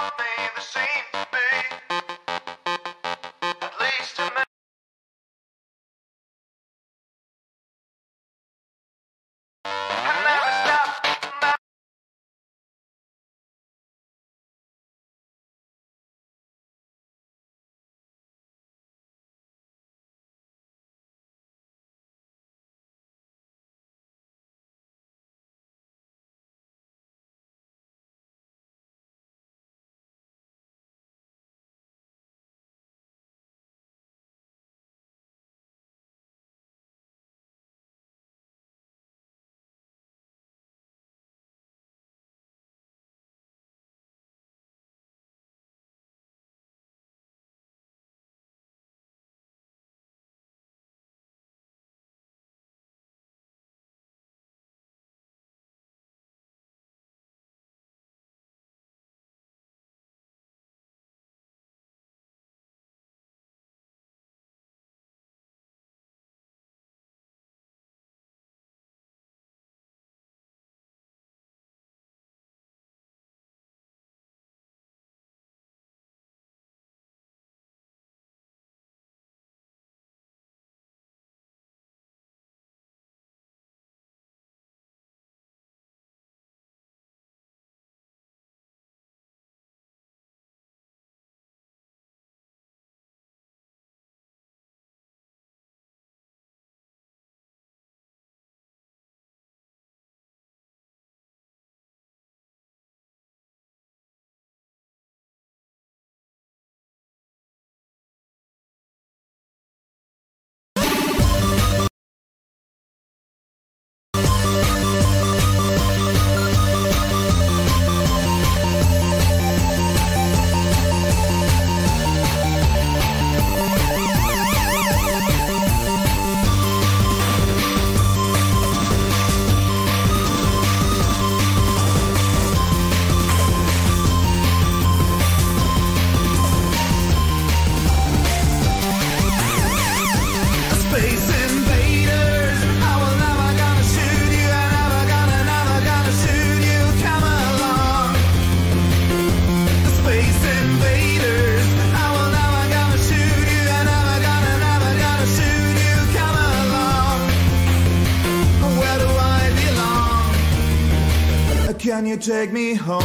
Can you take me home?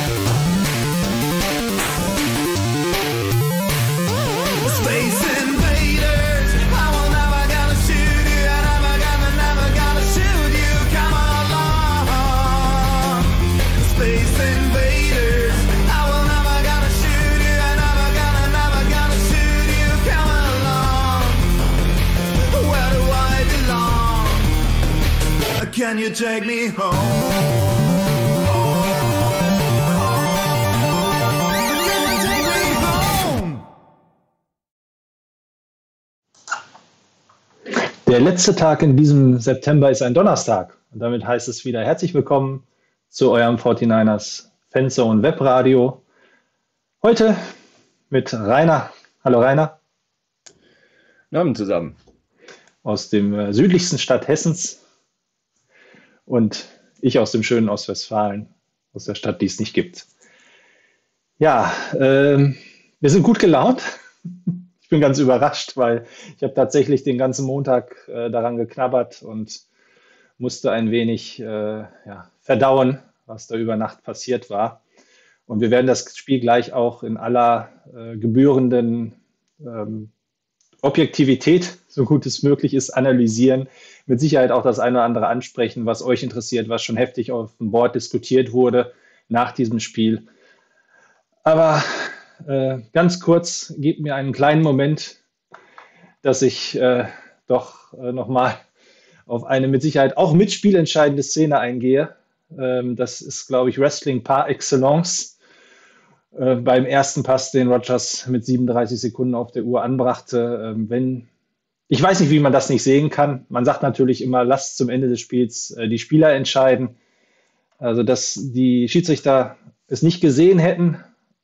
Space invaders, I will never gonna shoot you, I never gonna shoot you, come along. Space invaders, I will never gonna shoot you, I never gonna shoot you, come along. Where do I belong? Can you take me home? Der letzte Tag in diesem September ist ein Donnerstag und damit heißt es wieder herzlich willkommen zu eurem 49ers Fanzone Webradio. Heute mit Rainer. Hallo Rainer. Guten Abend zusammen. Aus dem südlichsten Stadt Hessens und ich aus dem schönen Ostwestfalen, aus der Stadt, die es nicht gibt. Ja, wir sind gut gelaunt. Ich bin ganz überrascht, weil ich habe tatsächlich den ganzen Montag daran geknabbert und musste ein wenig verdauen, was da über Nacht passiert war. Und wir werden das Spiel gleich auch in aller gebührenden Objektivität, so gut es möglich ist, analysieren. Mit Sicherheit auch das eine oder andere ansprechen, was euch interessiert, was schon heftig auf dem Board diskutiert wurde nach diesem Spiel. Aber ganz kurz, gebt mir einen kleinen Moment, dass ich doch nochmal auf eine mit Sicherheit auch mitspielentscheidende Szene eingehe. Das ist, glaube ich, Wrestling par excellence. Beim ersten Pass, den Rodgers mit 37 Sekunden auf der Uhr anbrachte. Ich weiß nicht, wie man das nicht sehen kann. Man sagt natürlich immer, lasst zum Ende des Spiels die Spieler entscheiden. Also, dass die Schiedsrichter es nicht gesehen hätten,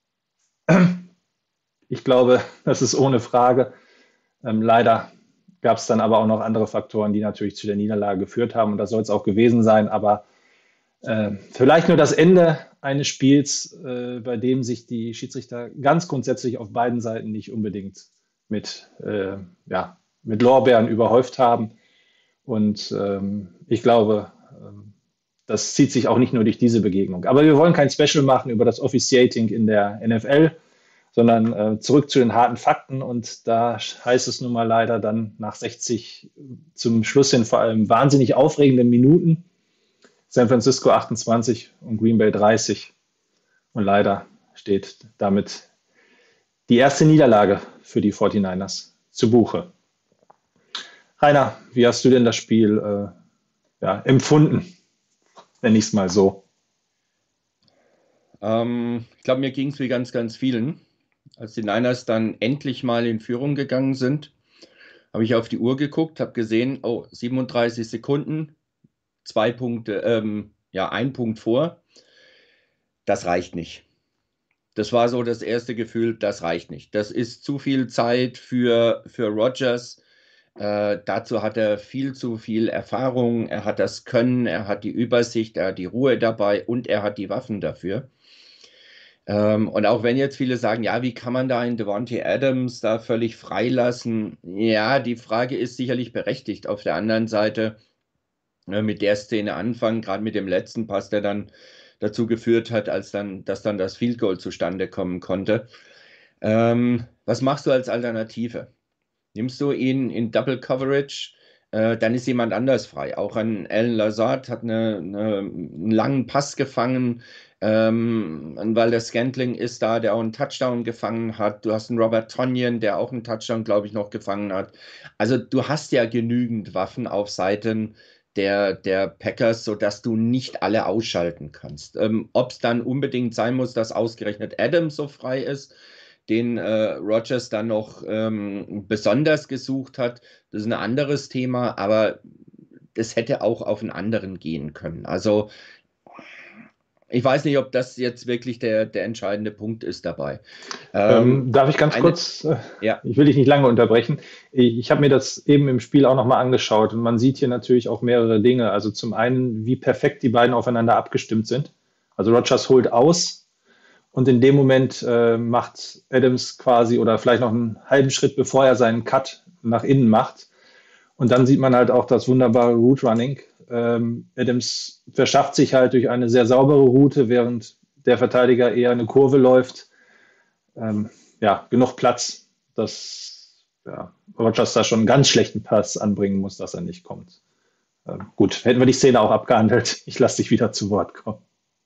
ich glaube, das ist ohne Frage. Leider gab es dann aber auch noch andere Faktoren, die natürlich zu der Niederlage geführt haben. Und das soll es auch gewesen sein. Aber Vielleicht nur das Ende eines Spiels, bei dem sich die Schiedsrichter ganz grundsätzlich auf beiden Seiten nicht unbedingt mit, mit Lorbeeren überhäuft haben. Und ich glaube, das zieht sich auch nicht nur durch diese Begegnung. Aber wir wollen kein Special machen über das Officiating in der NFL, sondern zurück zu den harten Fakten. Und da heißt es nun mal leider dann nach 60 zum Schluss hin vor allem wahnsinnig aufregende Minuten. San Francisco 28 und Green Bay 30. Und leider steht damit die erste Niederlage für die 49ers zu Buche. Rainer, wie hast du denn das Spiel empfunden? Nenne ich es mal so. Ich glaube, mir ging es wie ganz, ganz vielen. Als die Niners dann endlich mal in Führung gegangen sind, habe ich auf die Uhr geguckt, habe gesehen, 37 Sekunden, 2 Punkte, 1 Punkt vor. Das reicht nicht. Das war so das erste Gefühl, das reicht nicht. Das ist zu viel Zeit für Rodgers. Dazu hat er viel zu viel Erfahrung, er hat das Können, er hat die Übersicht, er hat die Ruhe dabei und er hat die Waffen dafür. Und auch wenn jetzt viele sagen, ja, wie kann man da einen Davante Adams da völlig freilassen? Ja, die Frage ist sicherlich berechtigt. Auf der anderen Seite, mit der Szene anfangen, gerade mit dem letzten Pass, der dann dazu geführt hat, dass dann das Field Goal zustande kommen konnte. Was machst du als Alternative? Nimmst du ihn in Double Coverage, dann ist jemand anders frei. Auch ein Alan Lazard hat einen langen Pass gefangen, weil der Scantling ist da, der auch einen Touchdown gefangen hat. Du hast einen Robert Tonyan, der auch einen Touchdown, glaube ich, noch gefangen hat. Also du hast ja genügend Waffen auf Seiten der Packers, sodass du nicht alle ausschalten kannst. Ob es dann unbedingt sein muss, dass ausgerechnet Adams so frei ist, den Rodgers dann noch besonders gesucht hat, das ist ein anderes Thema, aber das hätte auch auf einen anderen gehen können. Also ich weiß nicht, ob das jetzt wirklich der entscheidende Punkt ist dabei. Darf ich ganz kurz, ja. Ich will dich nicht lange unterbrechen. Ich habe mir das eben im Spiel auch nochmal angeschaut und man sieht hier natürlich auch mehrere Dinge. Also zum einen, wie perfekt die beiden aufeinander abgestimmt sind. Also Rodgers holt aus und in dem Moment macht Adams quasi oder vielleicht noch einen halben Schritt, bevor er seinen Cut nach innen macht. Und dann sieht man halt auch das wunderbare Route Running. Adams verschafft sich halt durch eine sehr saubere Route, während der Verteidiger eher eine Kurve läuft. Genug Platz, dass Rodgers da schon einen ganz schlechten Pass anbringen muss, dass er nicht kommt. Gut, hätten wir die Szene auch abgehandelt. Ich lasse dich wieder zu Wort kommen.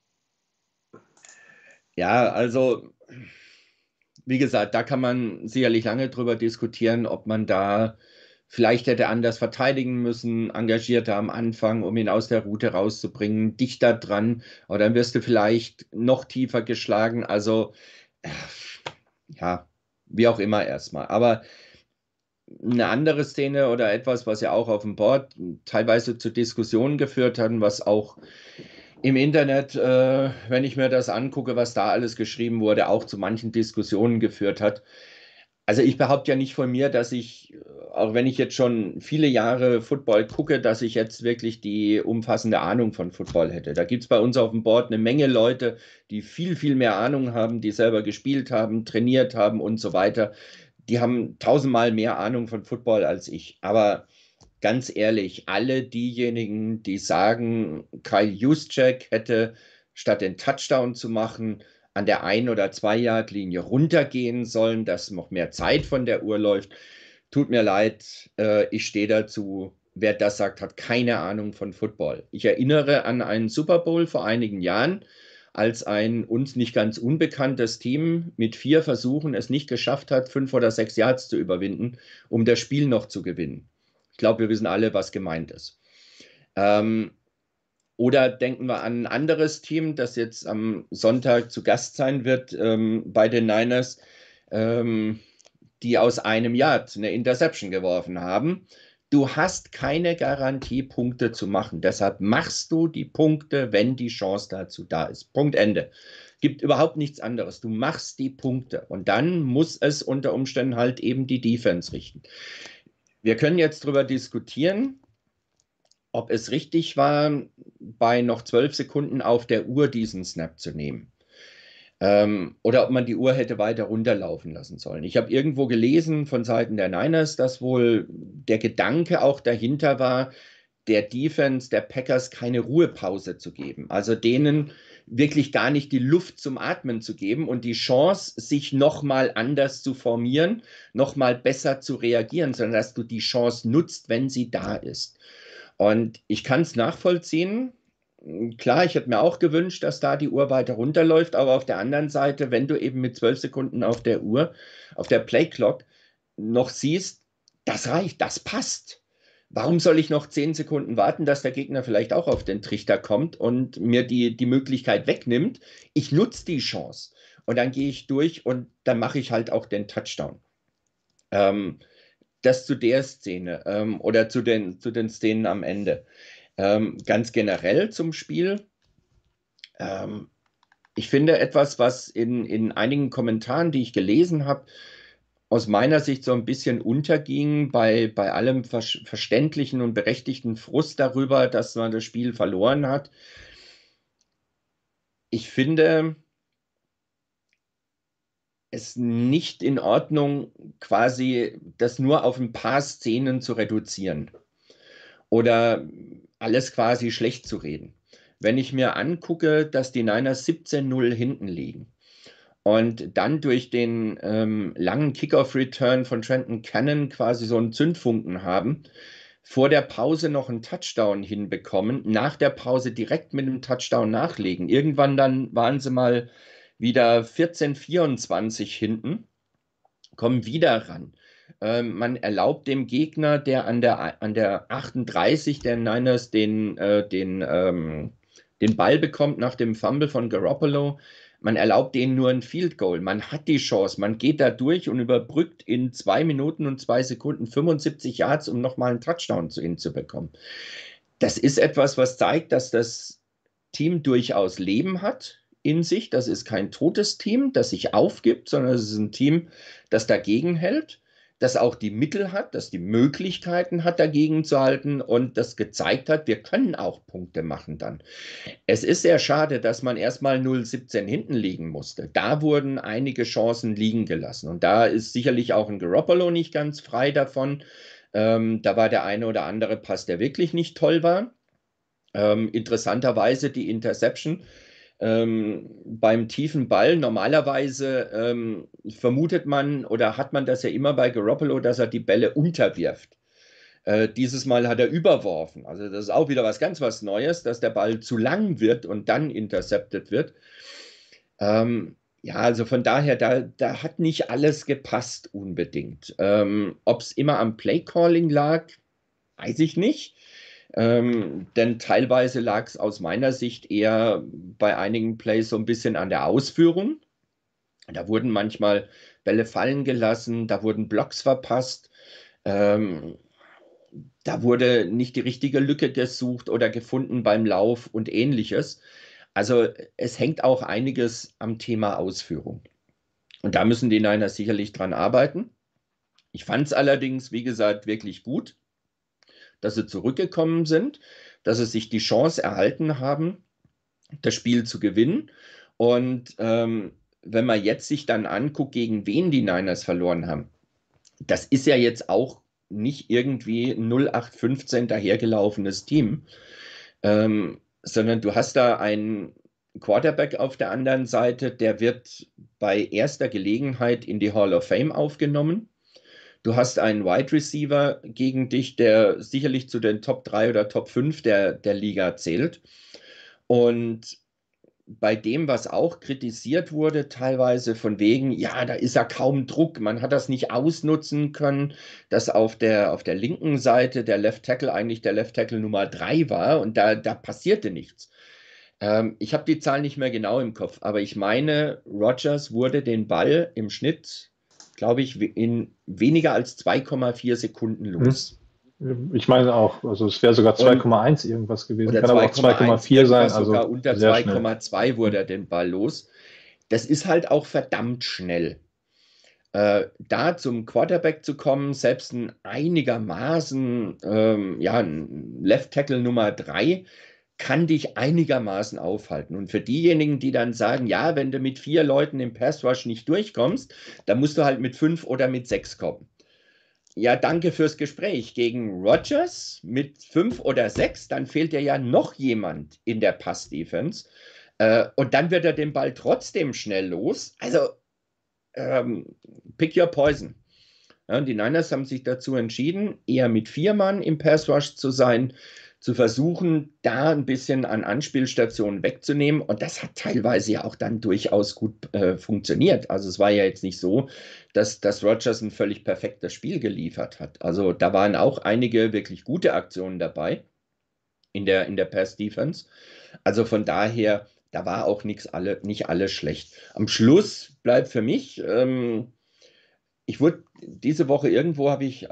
Ja, also wie gesagt, da kann man sicherlich lange drüber diskutieren, ob man da vielleicht hätte anders verteidigen müssen, engagierter am Anfang, um ihn aus der Route rauszubringen, dichter dran, oder dann wirst du vielleicht noch tiefer geschlagen. Also ja, wie auch immer erstmal. Aber eine andere Szene oder etwas, was ja auch auf dem Board teilweise zu Diskussionen geführt hat, was auch im Internet, wenn ich mir das angucke, was da alles geschrieben wurde, auch zu manchen Diskussionen geführt hat. Also ich behaupte ja nicht von mir, dass ich, auch wenn ich jetzt schon viele Jahre Football gucke, dass ich jetzt wirklich die umfassende Ahnung von Football hätte. Da gibt es bei uns auf dem Board eine Menge Leute, die viel, viel mehr Ahnung haben, die selber gespielt haben, trainiert haben und so weiter. Die haben 1000-mal mehr Ahnung von Football als ich. Aber ganz ehrlich, alle diejenigen, die sagen, Kyle Juszczyk hätte statt den Touchdown zu machen, an der 1- oder 2-Yard-Linie runtergehen sollen, dass noch mehr Zeit von der Uhr läuft. Tut mir leid, ich stehe dazu. Wer das sagt, hat keine Ahnung von Football. Ich erinnere an einen Super Bowl vor einigen Jahren, als ein uns nicht ganz unbekanntes Team mit 4 Versuchen es nicht geschafft hat, 5 oder 6 Yards zu überwinden, um das Spiel noch zu gewinnen. Ich glaube, wir wissen alle, was gemeint ist. Oder denken wir an ein anderes Team, das jetzt am Sonntag zu Gast sein wird bei den Niners, die aus einem Yard eine Interception geworfen haben. Du hast keine Garantie, Punkte zu machen. Deshalb machst du die Punkte, wenn die Chance dazu da ist. Punkt, Ende. Gibt überhaupt nichts anderes. Du machst die Punkte und dann muss es unter Umständen halt eben die Defense richten. Wir können jetzt darüber diskutieren, ob es richtig war, bei noch 12 Sekunden auf der Uhr diesen Snap zu nehmen. Oder ob man die Uhr hätte weiter runterlaufen lassen sollen. Ich habe irgendwo gelesen von Seiten der Niners, dass wohl der Gedanke auch dahinter war, der Defense der Packers keine Ruhepause zu geben. Also denen wirklich gar nicht die Luft zum Atmen zu geben und die Chance, sich nochmal anders zu formieren, nochmal besser zu reagieren, sondern dass du die Chance nutzt, wenn sie da ist. Und ich kann es nachvollziehen. Klar, ich hätte mir auch gewünscht, dass da die Uhr weiter runterläuft, aber auf der anderen Seite, wenn du eben mit 12 Sekunden auf der Uhr, auf der Playclock noch siehst, das reicht, das passt. Warum soll ich noch 10 Sekunden warten, dass der Gegner vielleicht auch auf den Trichter kommt und mir die Möglichkeit wegnimmt? Ich nutze die Chance und dann gehe ich durch und dann mache ich halt auch den Touchdown. Das zu der Szene oder zu den Szenen am Ende. Ganz generell zum Spiel. Ich finde etwas, was in einigen Kommentaren, die ich gelesen habe, aus meiner Sicht so ein bisschen unterging bei allem verständlichen und berechtigten Frust darüber, dass man das Spiel verloren hat. Ich finde es nicht in Ordnung, quasi das nur auf ein paar Szenen zu reduzieren oder alles quasi schlecht zu reden. Wenn ich mir angucke, dass die Niners 17-0 hinten liegen und dann durch den langen Kickoff-Return von Trenton Cannon quasi so einen Zündfunken haben, vor der Pause noch einen Touchdown hinbekommen, nach der Pause direkt mit einem Touchdown nachlegen. Irgendwann dann waren sie mal wieder 14-24 hinten, kommen wieder ran. Man erlaubt dem Gegner, der an der 38 der Niners den Ball bekommt nach dem Fumble von Garoppolo, man erlaubt denen nur ein Field Goal. Man hat die Chance, man geht da durch und überbrückt in 2 Minuten und 2 Sekunden 75 Yards, um nochmal einen Touchdown hinzubekommen. Das ist etwas, was zeigt, dass das Team durchaus Leben hat in sich. Das ist kein totes Team, das sich aufgibt, sondern es ist ein Team, das dagegen hält, das auch die Mittel hat, das die Möglichkeiten hat, dagegen zu halten und das gezeigt hat, wir können auch Punkte machen dann. Es ist sehr schade, dass man erstmal 0-17 hinten liegen musste. Da wurden einige Chancen liegen gelassen und da ist sicherlich auch ein Garoppolo nicht ganz frei davon. Da war der eine oder andere Pass, der wirklich nicht toll war. Interessanterweise die Interception beim tiefen Ball. Normalerweise vermutet man oder hat man das ja immer bei Garoppolo, dass er die Bälle unterwirft. Dieses Mal hat er überworfen. Also das ist auch wieder was Neues, dass der Ball zu lang wird und dann intercepted wird. Ja, also von daher, da hat nicht alles gepasst unbedingt. Ob es immer am Playcalling lag, weiß ich nicht. Denn teilweise lag es aus meiner Sicht eher bei einigen Plays so ein bisschen an der Ausführung. Da wurden manchmal Bälle fallen gelassen, da wurden Blocks verpasst, da wurde nicht die richtige Lücke gesucht oder gefunden beim Lauf und ähnliches. Also es hängt auch einiges am Thema Ausführung. Und da müssen die Niners sicherlich dran arbeiten. Ich fand es allerdings, wie gesagt, wirklich gut, dass sie zurückgekommen sind, dass sie sich die Chance erhalten haben, das Spiel zu gewinnen. Und wenn man jetzt sich dann anguckt, gegen wen die Niners verloren haben, das ist ja jetzt auch nicht irgendwie 0815 dahergelaufenes Team, sondern du hast da einen Quarterback auf der anderen Seite, der wird bei erster Gelegenheit in die Hall of Fame aufgenommen. Du hast einen Wide Receiver gegen dich, der sicherlich zu den Top 3 oder Top 5 der Liga zählt. Und bei dem, was auch kritisiert wurde, teilweise von wegen, ja, da ist ja kaum Druck, man hat das nicht ausnutzen können, dass auf der linken Seite der Left Tackle eigentlich der Left Tackle Nummer 3 war und da passierte nichts. Ich habe die Zahl nicht mehr genau im Kopf, aber ich meine, Rodgers wurde den Ball im Schnitt, glaube ich, in weniger als 2,4 Sekunden los. Ich meine auch, also es wäre sogar 2,1 irgendwas gewesen, oder kann aber auch 2,4 sein. Also sogar unter 2,2 wurde er den Ball los. Das ist halt auch verdammt schnell. Da zum Quarterback zu kommen, selbst ein einigermaßen, ein Left Tackle Nummer 3, kann dich einigermaßen aufhalten. Und für diejenigen, die dann sagen, ja, wenn du mit 4 Leuten im Pass Rush nicht durchkommst, dann musst du halt mit 5 oder mit 6 kommen. Ja, danke fürs Gespräch. Gegen Rodgers mit 5 oder 6, dann fehlt dir ja noch jemand in der Pass-Defense. Und dann wird er den Ball trotzdem schnell los. Also, pick your poison. Ja, die Niners haben sich dazu entschieden, eher mit 4 Mann im Pass Rush zu sein, zu versuchen, da ein bisschen an Anspielstationen wegzunehmen. Und das hat teilweise ja auch dann durchaus gut funktioniert. Also es war ja jetzt nicht so, dass Rodgers ein völlig perfektes Spiel geliefert hat. Also da waren auch einige wirklich gute Aktionen dabei in der Pass-Defense. Also von daher, da war auch nicht alles schlecht. Am Schluss bleibt für mich, ich wurde diese Woche irgendwo habe ich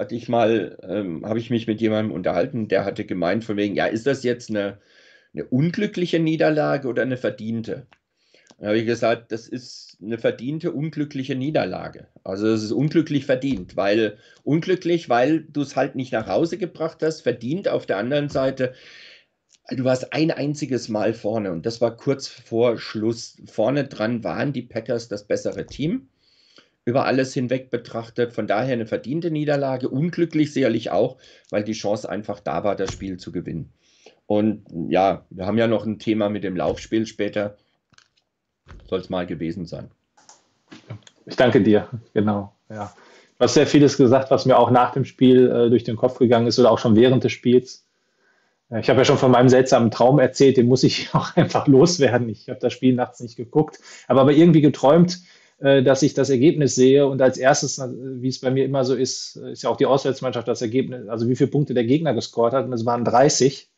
mich mit jemandem unterhalten, der hatte gemeint von wegen, ja, ist das jetzt eine unglückliche Niederlage oder eine verdiente? Dann habe ich gesagt, das ist eine verdiente, unglückliche Niederlage. Also es ist unglücklich verdient, weil du es halt nicht nach Hause gebracht hast, verdient auf der anderen Seite. Du warst ein einziges Mal vorne und das war kurz vor Schluss. Vorne dran waren die Packers das bessere Team, über alles hinweg betrachtet. Von daher eine verdiente Niederlage, unglücklich sicherlich auch, weil die Chance einfach da war, das Spiel zu gewinnen. Und ja, wir haben ja noch ein Thema mit dem Laufspiel später. Soll es mal gewesen sein. Ich danke dir, genau. Ja. Du hast sehr vieles gesagt, was mir auch nach dem Spiel durch den Kopf gegangen ist oder auch schon während des Spiels. Ich habe ja schon von meinem seltsamen Traum erzählt, den muss ich auch einfach loswerden. Ich habe das Spiel nachts nicht geguckt, aber irgendwie geträumt, dass ich das Ergebnis sehe und als erstes, wie es bei mir immer so ist, ist ja auch die Auswärtsmannschaft das Ergebnis, also wie viele Punkte der Gegner gescored hat und es waren 30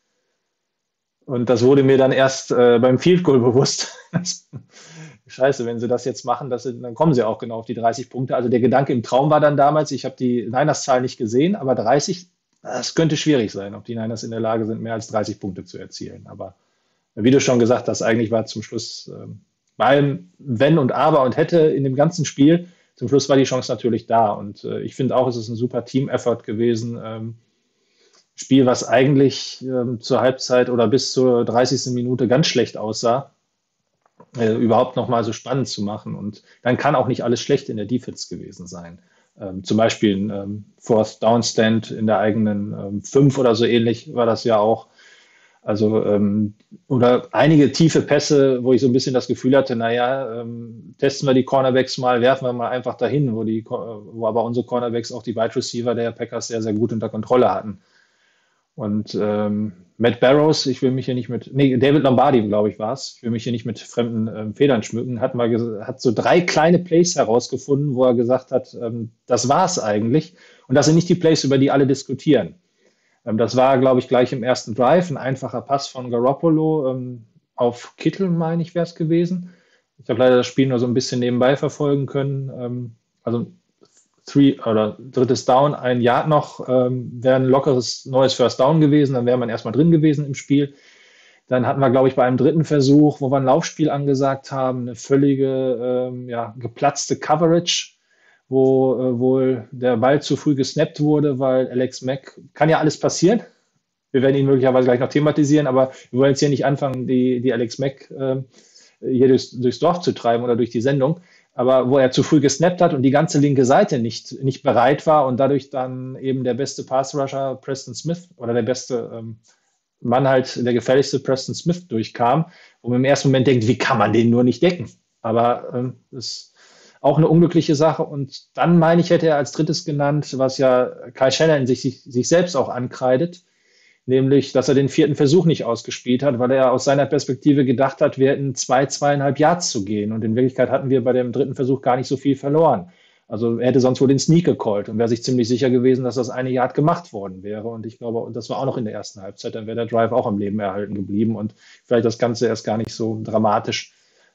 und das wurde mir dann erst beim Field Goal bewusst. Scheiße, wenn sie das jetzt machen, dann kommen sie auch genau auf die 30 Punkte. Also der Gedanke im Traum war dann damals, ich habe die Niners-Zahl nicht gesehen, aber 30, das könnte schwierig sein, ob die Niners in der Lage sind, mehr als 30 Punkte zu erzielen. Aber wie du schon gesagt hast, eigentlich war zum Schluss bei allem Wenn und Aber und Hätte in dem ganzen Spiel, zum Schluss war die Chance natürlich da. Und ich finde auch, es ist ein super Team-Effort gewesen. Spiel, was eigentlich zur Halbzeit oder bis zur 30. Minute ganz schlecht aussah, überhaupt nochmal so spannend zu machen. Und dann kann auch nicht alles schlecht in der Defense gewesen sein. Zum Beispiel ein Fourth Down Stand in der eigenen 5 oder so ähnlich war das ja auch. Also, oder einige tiefe Pässe, wo ich so ein bisschen das Gefühl hatte, naja, testen wir die Cornerbacks mal, werfen wir mal einfach dahin, wo aber unsere Cornerbacks auch die Wide Receiver der Packers sehr, sehr gut unter Kontrolle hatten. Und Matt Barrows, David Lombardi, glaube ich, war es, ich will mich hier nicht mit fremden Federn schmücken, hat so 3 kleine Plays herausgefunden, wo er gesagt hat, das war es eigentlich. Und das sind nicht die Plays, über die alle diskutieren. Das war, glaube ich, gleich im ersten Drive, ein einfacher Pass von Garoppolo auf Kittel, meine ich, wäre es gewesen. Ich habe leider das Spiel nur so ein bisschen nebenbei verfolgen können. Also drittes Down, 1 Yard noch, wäre ein lockeres neues First Down gewesen, dann wäre man erstmal drin gewesen im Spiel. Dann hatten wir, glaube ich, bei einem dritten Versuch, wo wir ein Laufspiel angesagt haben, eine völlige geplatzte Coverage, wo wohl der Ball zu früh gesnappt wurde, weil Alex Mack, kann ja alles passieren, wir werden ihn möglicherweise gleich noch thematisieren, aber wir wollen jetzt hier nicht anfangen, die Alex Mack hier durchs Dorf zu treiben oder durch die Sendung, aber wo er zu früh gesnappt hat und die ganze linke Seite nicht bereit war und dadurch dann eben der beste Pass-Rusher Preston Smith oder der beste Mann halt, der gefährlichste Preston Smith durchkam, wo man im ersten Moment denkt, wie kann man den nur nicht decken? Aber das ist auch eine unglückliche Sache. Und dann, meine ich, hätte er als drittes genannt, was ja Kyle Shanahan sich selbst auch ankreidet, nämlich, dass er den 4. Versuch nicht ausgespielt hat, weil er aus seiner Perspektive gedacht hat, wir hätten 2,5 Yards zu gehen. Und in Wirklichkeit hatten wir bei dem 3. Versuch gar nicht so viel verloren. Also er hätte sonst wohl den Sneak gecallt und wäre sich ziemlich sicher gewesen, dass das 1 Yard gemacht worden wäre. Und ich glaube, das war auch noch in der ersten Halbzeit, dann wäre der Drive auch am Leben erhalten geblieben und vielleicht das Ganze erst gar nicht so dramatisch,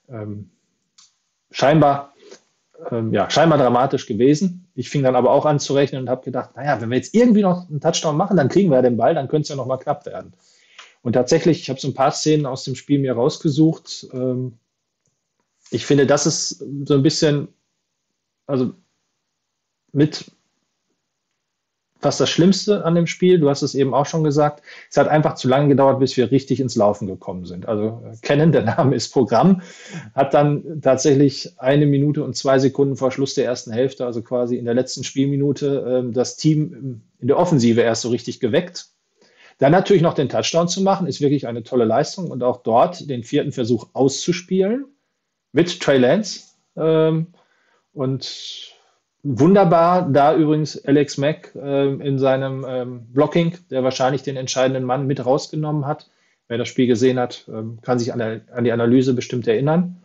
scheinbar dramatisch gewesen. Ich fing dann aber auch an zu rechnen und habe gedacht, naja, wenn wir jetzt irgendwie noch einen Touchdown machen, dann kriegen wir ja den Ball, dann könnte es ja noch mal knapp werden. Und tatsächlich, ich habe so ein paar Szenen aus dem Spiel mir rausgesucht. Ich finde, das ist so ein bisschen, also mit fast das Schlimmste an dem Spiel. Du hast es eben auch schon gesagt. Es hat einfach zu lange gedauert, bis wir richtig ins Laufen gekommen sind. Also Kennen, der Name ist Programm, hat dann tatsächlich 1 Minute und 2 Sekunden vor Schluss der ersten Hälfte, also quasi in der letzten Spielminute, das Team in der Offensive erst so richtig geweckt. Dann natürlich noch den Touchdown zu machen, ist wirklich eine tolle Leistung und auch dort den 4. Versuch auszuspielen mit Trey Lance. Und wunderbar, da übrigens Alex Mack in seinem Blocking, der wahrscheinlich den entscheidenden Mann mit rausgenommen hat. Wer das Spiel gesehen hat, kann sich an die Analyse bestimmt erinnern.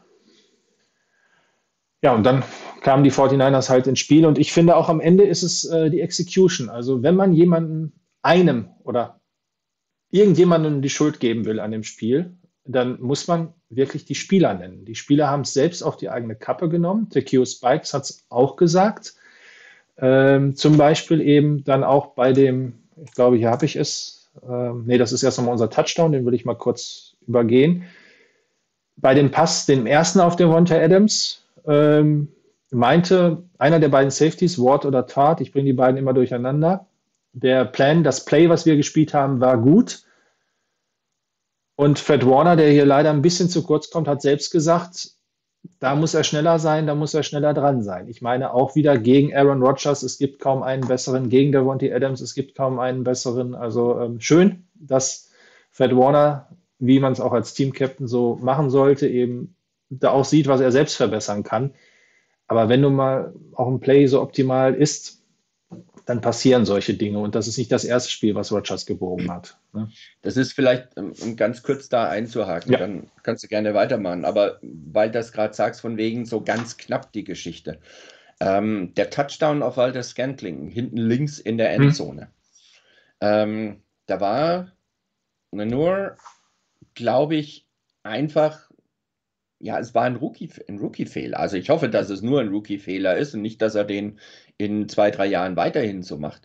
Ja, und dann kamen die 49ers halt ins Spiel und ich finde auch am Ende ist es die Execution. Also wenn man einem oder irgendjemandem die Schuld geben will an dem Spiel, dann muss man wirklich die Spieler nennen. Die Spieler haben es selbst auf die eigene Kappe genommen. Takeo Spikes hat es auch gesagt. Zum Beispiel eben dann auch bei dem, ich glaube, hier habe ich es. Das ist erst nochmal unser Touchdown, den will ich mal kurz übergehen. Bei dem Pass, dem ersten auf Davante Adams, meinte einer der beiden Safeties, Ward oder Tart, ich bringe die beiden immer durcheinander, das Play, was wir gespielt haben, war gut. Und Fred Warner, der hier leider ein bisschen zu kurz kommt, hat selbst gesagt, da muss er schneller sein, da muss er schneller dran sein. Ich meine auch wieder gegen Aaron Rodgers, es gibt kaum einen besseren, gegen Davante Adams, es gibt kaum einen besseren. Also schön, dass Fred Warner, wie man es auch als Team-Captain so machen sollte, eben da auch sieht, was er selbst verbessern kann. Aber wenn du mal auch ein Play so optimal ist, dann passieren solche Dinge. Und das ist nicht das erste Spiel, was Rodgers gebogen hat. Ne? Das ist vielleicht, um ganz kurz da einzuhaken, Ja. dann kannst du gerne weitermachen. Aber weil du das gerade sagst, von wegen so ganz knapp die Geschichte. Der Touchdown auf Walter Scantling, hinten links in der Endzone. Da war nur, glaube ich, einfach, ja, es war ein Rookie-Fehler. Also ich hoffe, dass es nur ein Rookie-Fehler ist und nicht, dass er den in 2, 3 Jahren weiterhin so macht.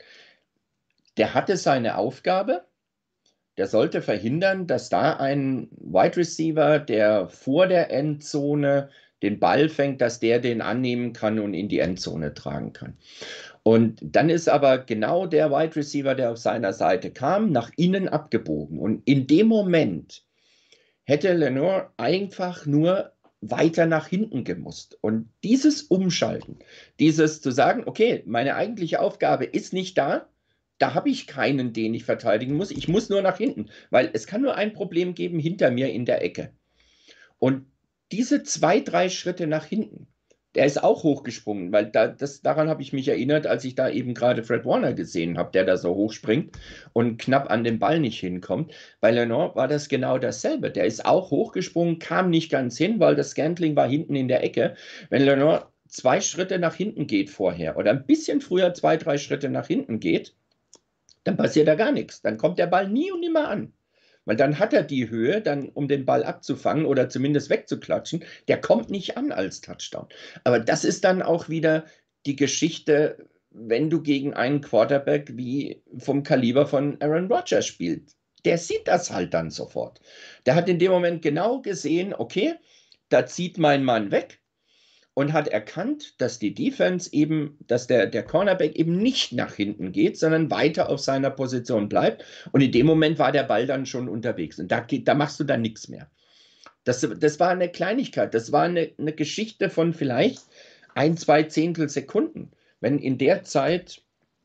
Der hatte seine Aufgabe, der sollte verhindern, dass da ein Wide Receiver, der vor der Endzone den Ball fängt, dass der den annehmen kann und in die Endzone tragen kann. Und dann ist aber genau der Wide Receiver, der auf seiner Seite kam, nach innen abgebogen. Und in dem Moment hätte Lenoir einfach nur weiter nach hinten gemusst. Und dieses Umschalten, dieses zu sagen, okay, meine eigentliche Aufgabe ist nicht da habe ich keinen, den ich verteidigen muss, ich muss nur nach hinten, weil es kann nur ein Problem geben hinter mir in der Ecke. Und diese 2, 3 Schritte nach hinten, der ist auch hochgesprungen, weil daran habe ich mich erinnert, als ich da eben gerade Fred Warner gesehen habe, der da so hochspringt und knapp an den Ball nicht hinkommt. Bei Lenoir war das genau dasselbe. Der ist auch hochgesprungen, kam nicht ganz hin, weil das Scantling war hinten in der Ecke. Wenn Lenoir 2 Schritte nach hinten geht vorher oder ein bisschen früher 2, 3 Schritte nach hinten geht, dann passiert da gar nichts. Dann kommt der Ball nie und nimmer an. Weil dann hat er die Höhe, dann, um den Ball abzufangen oder zumindest wegzuklatschen. Der kommt nicht an als Touchdown. Aber das ist dann auch wieder die Geschichte, wenn du gegen einen Quarterback wie vom Kaliber von Aaron Rodgers spielst. Der sieht das halt dann sofort. Der hat in dem Moment genau gesehen, okay, da zieht mein Mann weg. Und hat erkannt, dass die Defense eben, dass der Cornerback eben nicht nach hinten geht, sondern weiter auf seiner Position bleibt. Und in dem Moment war der Ball dann schon unterwegs. Und da machst du dann nichts mehr. Das war eine Kleinigkeit. Das war eine Geschichte von vielleicht 1, 2 Zehntelsekunden. Wenn in der Zeit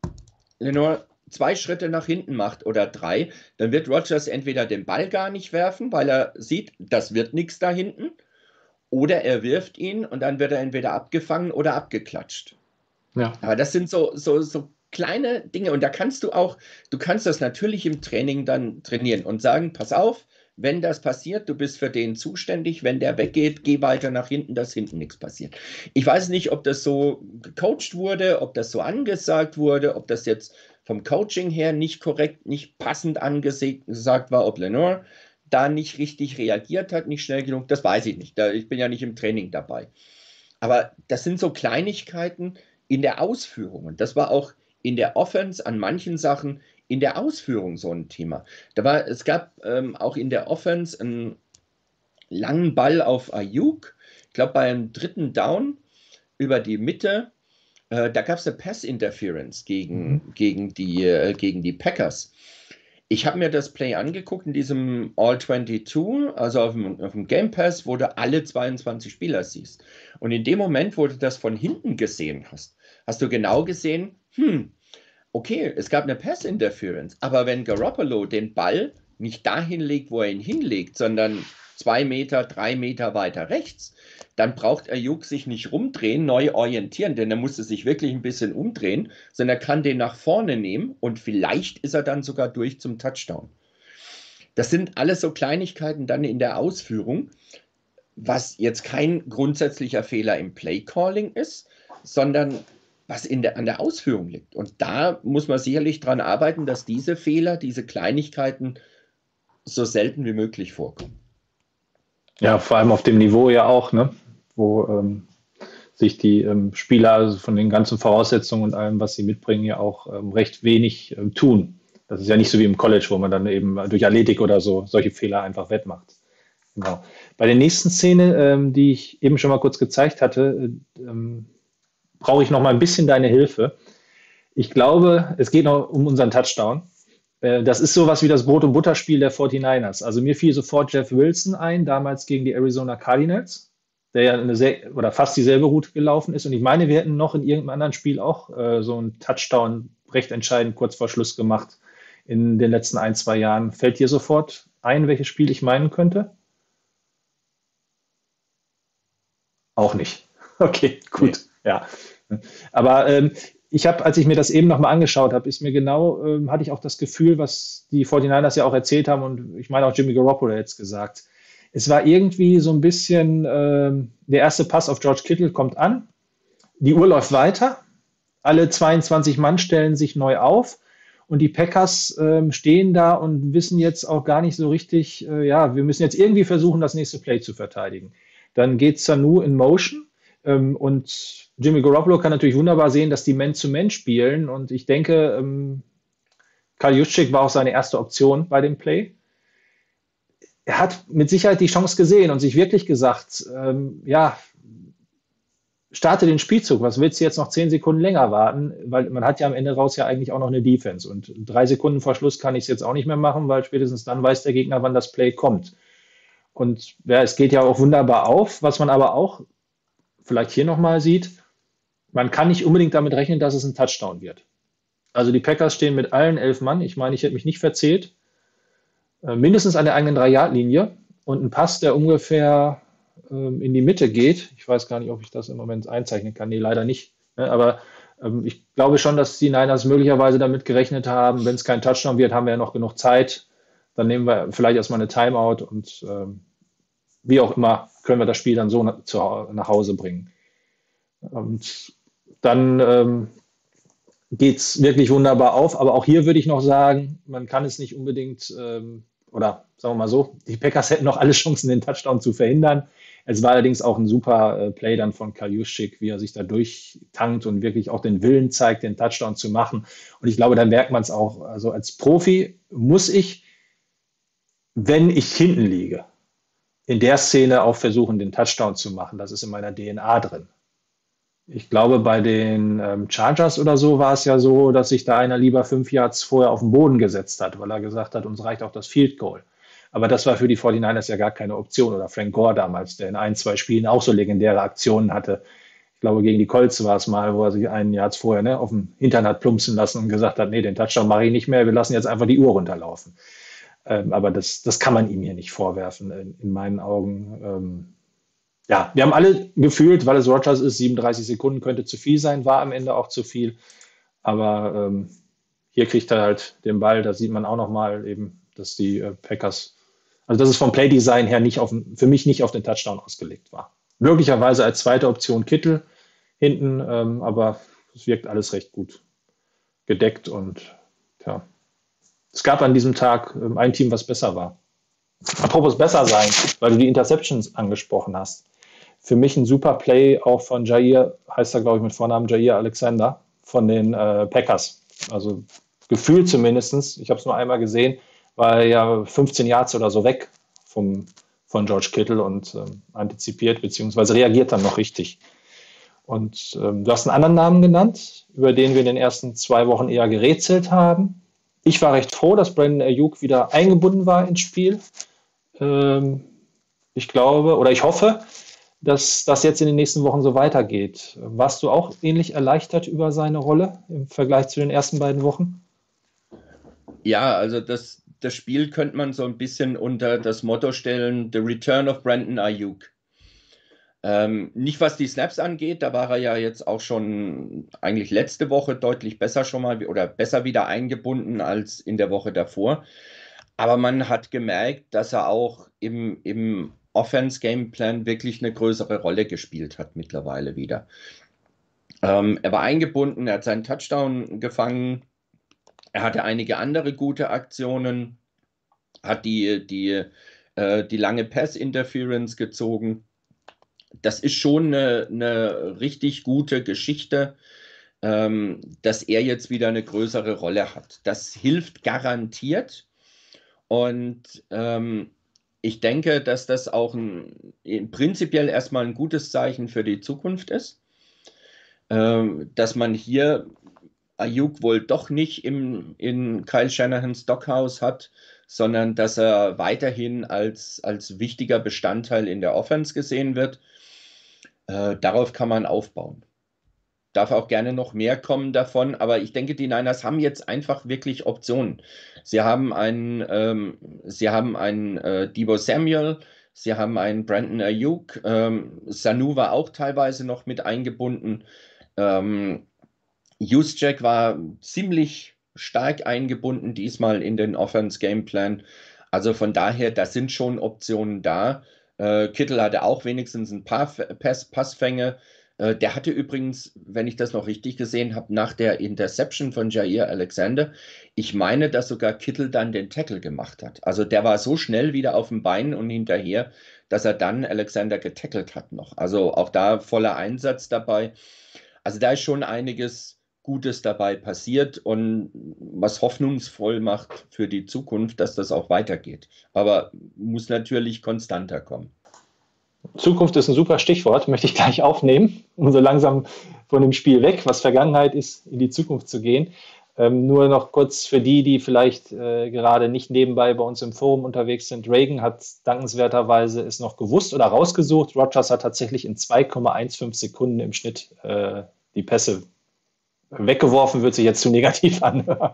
Lenoir 2 Schritte nach hinten macht oder 3, dann wird Rodgers entweder den Ball gar nicht werfen, weil er sieht, das wird nichts da hinten. Oder er wirft ihn und dann wird er entweder abgefangen oder abgeklatscht. Ja. Aber das sind so kleine Dinge. Und da kannst du kannst das natürlich im Training dann trainieren und sagen, pass auf, wenn das passiert, du bist für den zuständig, wenn der weggeht, geh weiter nach hinten, dass hinten nichts passiert. Ich weiß nicht, ob das so gecoacht wurde, ob das so angesagt wurde, ob das jetzt vom Coaching her nicht korrekt, nicht passend angesagt war, ob Lenoir da nicht richtig reagiert hat, nicht schnell genug, das weiß ich nicht. Ich bin ja nicht im Training dabei. Aber das sind so Kleinigkeiten in der Ausführung. Und das war auch in der Offense an manchen Sachen in der Ausführung so ein Thema. Es gab auch in der Offense einen langen Ball auf Ayuk, ich glaube bei einem 3. Down über die Mitte. Da gab es eine Pass-Interference gegen die Packers. Ich habe mir das Play angeguckt in diesem All-22, also auf dem Game Pass, wo du alle 22 Spieler siehst. Und in dem Moment, wo du das von hinten gesehen hast, hast du genau gesehen, okay, es gab eine Pass-Interference, aber wenn Garoppolo den Ball nicht dahin legt, wo er ihn hinlegt, sondern 2 Meter, 3 Meter weiter rechts, dann braucht Ayuk sich nicht rumdrehen, neu orientieren, denn er musste sich wirklich ein bisschen umdrehen, sondern er kann den nach vorne nehmen und vielleicht ist er dann sogar durch zum Touchdown. Das sind alles so Kleinigkeiten dann in der Ausführung, was jetzt kein grundsätzlicher Fehler im Play-Calling ist, sondern was an der Ausführung liegt. Und da muss man sicherlich dran arbeiten, dass diese Fehler, diese Kleinigkeiten so selten wie möglich vorkommen. Ja, vor allem auf dem Niveau ja auch, ne? Wo sich die Spieler also von den ganzen Voraussetzungen und allem, was sie mitbringen, ja auch recht wenig tun. Das ist ja nicht so wie im College, wo man dann eben durch Athletik oder so solche Fehler einfach wettmacht. Genau. Bei der nächsten Szene, die ich eben schon mal kurz gezeigt hatte, brauche ich noch mal ein bisschen deine Hilfe. Ich glaube, es geht noch um unseren Touchdown. Das ist sowas wie das Brot- und Butterspiel der 49ers. Also mir fiel sofort Jeff Wilson ein, damals gegen die Arizona Cardinals, der ja fast dieselbe Route gelaufen ist. Und ich meine, wir hätten noch in irgendeinem anderen Spiel auch so einen Touchdown recht entscheidend kurz vor Schluss gemacht in den letzten 1-2 Jahren. Fällt dir sofort ein, welches Spiel ich meinen könnte? Auch nicht. Okay, gut. Nee. Ja. Aber ich habe, als ich mir das eben nochmal angeschaut habe, hatte ich auch das Gefühl, was die 49ers ja auch erzählt haben und ich meine auch Jimmy Garoppolo jetzt gesagt. Es war irgendwie so ein bisschen, der erste Pass auf George Kittle kommt an, die Uhr läuft weiter, alle 22 Mann stellen sich neu auf und die Packers stehen da und wissen jetzt auch gar nicht so richtig, wir müssen jetzt irgendwie versuchen, das nächste Play zu verteidigen. Dann geht Sanu in Motion und Jimmy Garoppolo kann natürlich wunderbar sehen, dass die Man-to-Man spielen und ich denke, Kyle Juszczyk war auch seine erste Option bei dem Play. Er hat mit Sicherheit die Chance gesehen und sich wirklich gesagt, starte den Spielzug, was willst du jetzt noch 10 Sekunden länger warten, weil man hat ja am Ende raus ja eigentlich auch noch eine Defense und 3 Sekunden vor Schluss kann ich es jetzt auch nicht mehr machen, weil spätestens dann weiß der Gegner, wann das Play kommt. Und es geht ja auch wunderbar auf, was man aber auch vielleicht hier nochmal sieht, man kann nicht unbedingt damit rechnen, dass es ein Touchdown wird. Also die Packers stehen mit allen 11 Mann, ich meine, ich hätte mich nicht verzählt, mindestens an der eigenen 3-Yard-Linie und ein Pass, der ungefähr in die Mitte geht. Ich weiß gar nicht, ob ich das im Moment einzeichnen kann. Nee, leider nicht. Aber ich glaube schon, dass die Niners möglicherweise damit gerechnet haben, wenn es kein Touchdown wird, haben wir ja noch genug Zeit. Dann nehmen wir vielleicht erstmal eine Timeout und wie auch immer können wir das Spiel dann so nach Hause bringen. Und dann geht es wirklich wunderbar auf. Aber auch hier würde ich noch sagen, man kann es nicht unbedingt, oder sagen wir mal so, die Packers hätten noch alle Chancen, den Touchdown zu verhindern. Es war allerdings auch ein super Play dann von Kyle Juszczyk, wie er sich da durchtankt und wirklich auch den Willen zeigt, den Touchdown zu machen. Und ich glaube, da merkt man es auch. Also als Profi muss ich, wenn ich hinten liege, in der Szene auch versuchen, den Touchdown zu machen. Das ist in meiner DNA drin. Ich glaube, bei den Chargers oder so war es ja so, dass sich da einer lieber 5 Yards vorher auf den Boden gesetzt hat, weil er gesagt hat, uns reicht auch das Field Goal. Aber das war für die 49ers ja gar keine Option. Oder Frank Gore damals, der in 1-2 Spielen auch so legendäre Aktionen hatte. Ich glaube, gegen die Colts war es mal, wo er sich 1 Jahr vorher auf dem Hintern hat plumpsen lassen und gesagt hat, nee, den Touchdown mache ich nicht mehr, wir lassen jetzt einfach die Uhr runterlaufen. Aber das kann man ihm hier nicht vorwerfen, in meinen Augen. Wir haben alle gefühlt, weil es Rodgers ist, 37 Sekunden könnte zu viel sein, war am Ende auch zu viel. Aber hier kriegt er halt den Ball, da sieht man auch nochmal eben, dass die Packers, also dass es vom Playdesign her für mich nicht auf den Touchdown ausgelegt war. Möglicherweise als zweite Option Kittel hinten, aber es wirkt alles recht gut gedeckt und ja. Es gab an diesem Tag ein Team, was besser war. Apropos besser sein, weil du die Interceptions angesprochen hast. Für mich ein super Play auch von Jair, heißt er glaube ich mit Vornamen Jair Alexander, von den Packers. Also gefühlt zumindest, ich habe es nur einmal gesehen, war er ja 15 Yards oder so weg von George Kittle und antizipiert bzw. reagiert dann noch richtig. Und du hast einen anderen Namen genannt, über den wir in den ersten 2 Wochen eher gerätselt haben. Ich war recht froh, dass Brandon Ayuk wieder eingebunden war ins Spiel. Ich glaube oder ich hoffe, dass das jetzt in den nächsten Wochen so weitergeht. Warst du auch ähnlich erleichtert über seine Rolle im Vergleich zu den ersten beiden Wochen? Ja, also das Spiel könnte man so ein bisschen unter das Motto stellen, The Return of Brandon Ayuk. Nicht was die Snaps angeht, da war er ja jetzt auch schon eigentlich letzte Woche deutlich besser schon mal oder besser wieder eingebunden als in der Woche davor. Aber man hat gemerkt, dass er auch im Offense-Gameplan wirklich eine größere Rolle gespielt hat mittlerweile wieder. Er war eingebunden, er hat seinen Touchdown gefangen, er hatte einige andere gute Aktionen, hat die lange Pass-Interference gezogen. Das ist schon eine richtig gute Geschichte, dass er jetzt wieder eine größere Rolle hat. Das hilft garantiert. Und ich denke, dass das auch prinzipiell erstmal ein gutes Zeichen für die Zukunft ist, dass man hier Ayuk wohl doch nicht in Kyle Shanahans Doghouse hat, sondern dass er weiterhin als wichtiger Bestandteil in der Offense gesehen wird. Darauf kann man aufbauen. Darf auch gerne noch mehr kommen davon, aber ich denke, die Niners haben jetzt einfach wirklich Optionen. Sie haben einen Deebo Samuel, sie haben einen Brandon Ayuk, Sanu war auch teilweise noch mit eingebunden. Juszczyk war ziemlich stark eingebunden diesmal in den Offense-Gameplan. Also von daher, da sind schon Optionen da. Kittel hatte auch wenigstens ein paar Passfänge. Der hatte übrigens, wenn ich das noch richtig gesehen habe, nach der Interception von Jair Alexander, ich meine, dass sogar Kittel dann den Tackle gemacht hat. Also der war so schnell wieder auf dem Bein und hinterher, dass er dann Alexander getackelt hat noch. Also auch da voller Einsatz dabei. Also da ist schon einiges Gutes dabei passiert und was hoffnungsvoll macht für die Zukunft, dass das auch weitergeht. Aber muss natürlich konstanter kommen. Zukunft ist ein super Stichwort, möchte ich gleich aufnehmen, um so langsam von dem Spiel weg, was Vergangenheit ist, in die Zukunft zu gehen. Nur noch kurz für die vielleicht gerade nicht nebenbei bei uns im Forum unterwegs sind. Reagan hat dankenswerterweise es noch gewusst oder rausgesucht. Rodgers hat tatsächlich in 2,15 Sekunden im Schnitt die Pässe weggeworfen, wird sich jetzt zu negativ anhören.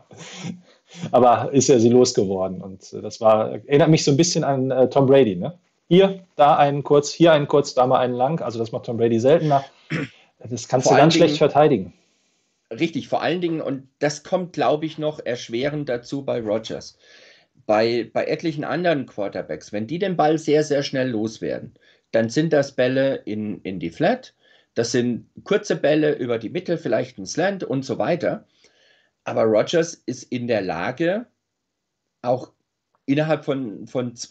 Aber ist er sie losgeworden. Und das erinnert mich so ein bisschen an Tom Brady, ne? Hier einen kurz, da mal einen lang. Also das macht Tom Brady seltener. Das kannst du ganz schlecht verteidigen. Richtig, vor allen Dingen, und das kommt, glaube ich, noch erschwerend dazu bei Rodgers. Bei etlichen anderen Quarterbacks, wenn die den Ball sehr, sehr schnell loswerden, dann sind das Bälle in die Flat, das sind kurze Bälle über die Mitte, vielleicht ein Slant und so weiter. Aber Rodgers ist in der Lage, auch innerhalb von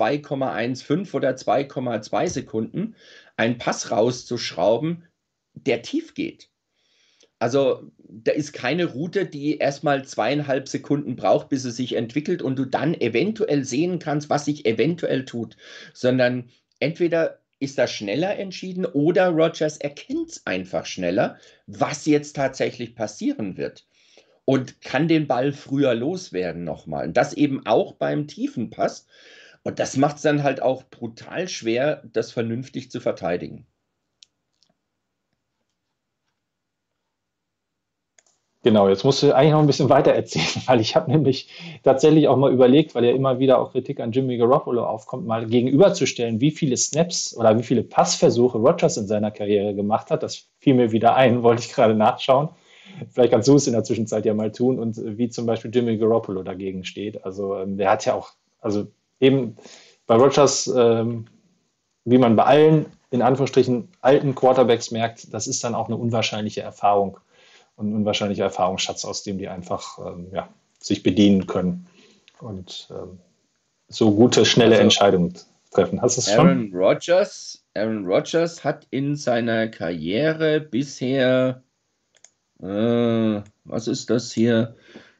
2,15 oder 2,2 Sekunden einen Pass rauszuschrauben, der tief geht. Also da ist keine Route, die erstmal 2,5 Sekunden braucht, bis sie sich entwickelt und du dann eventuell sehen kannst, was sich eventuell tut, sondern entweder ist das schneller entschieden oder Rodgers erkennt es einfach schneller, was jetzt tatsächlich passieren wird. Und kann den Ball früher loswerden nochmal. Und das eben auch beim tiefen Pass. Und das macht es dann halt auch brutal schwer, das vernünftig zu verteidigen. Genau, jetzt musst du eigentlich noch ein bisschen weiter erzählen, weil ich habe nämlich tatsächlich auch mal überlegt, weil ja immer wieder auch Kritik an Jimmy Garoppolo aufkommt, mal gegenüberzustellen, wie viele Snaps oder wie viele Passversuche Rodgers in seiner Karriere gemacht hat. Das fiel mir wieder ein, wollte ich gerade nachschauen. Vielleicht kannst du es in der Zwischenzeit ja mal tun und wie zum Beispiel Jimmy Garoppolo dagegen steht. Also der hat ja auch, also eben bei Rodgers, wie man bei allen, in Anführungsstrichen, alten Quarterbacks merkt, das ist dann auch eine unwahrscheinliche Erfahrung und ein unwahrscheinlicher Erfahrungsschatz, aus dem die einfach sich bedienen können und so gute, schnelle Entscheidungen treffen. Hast du es schon? Aaron Rodgers hat in seiner Karriere bisher was ist das hier?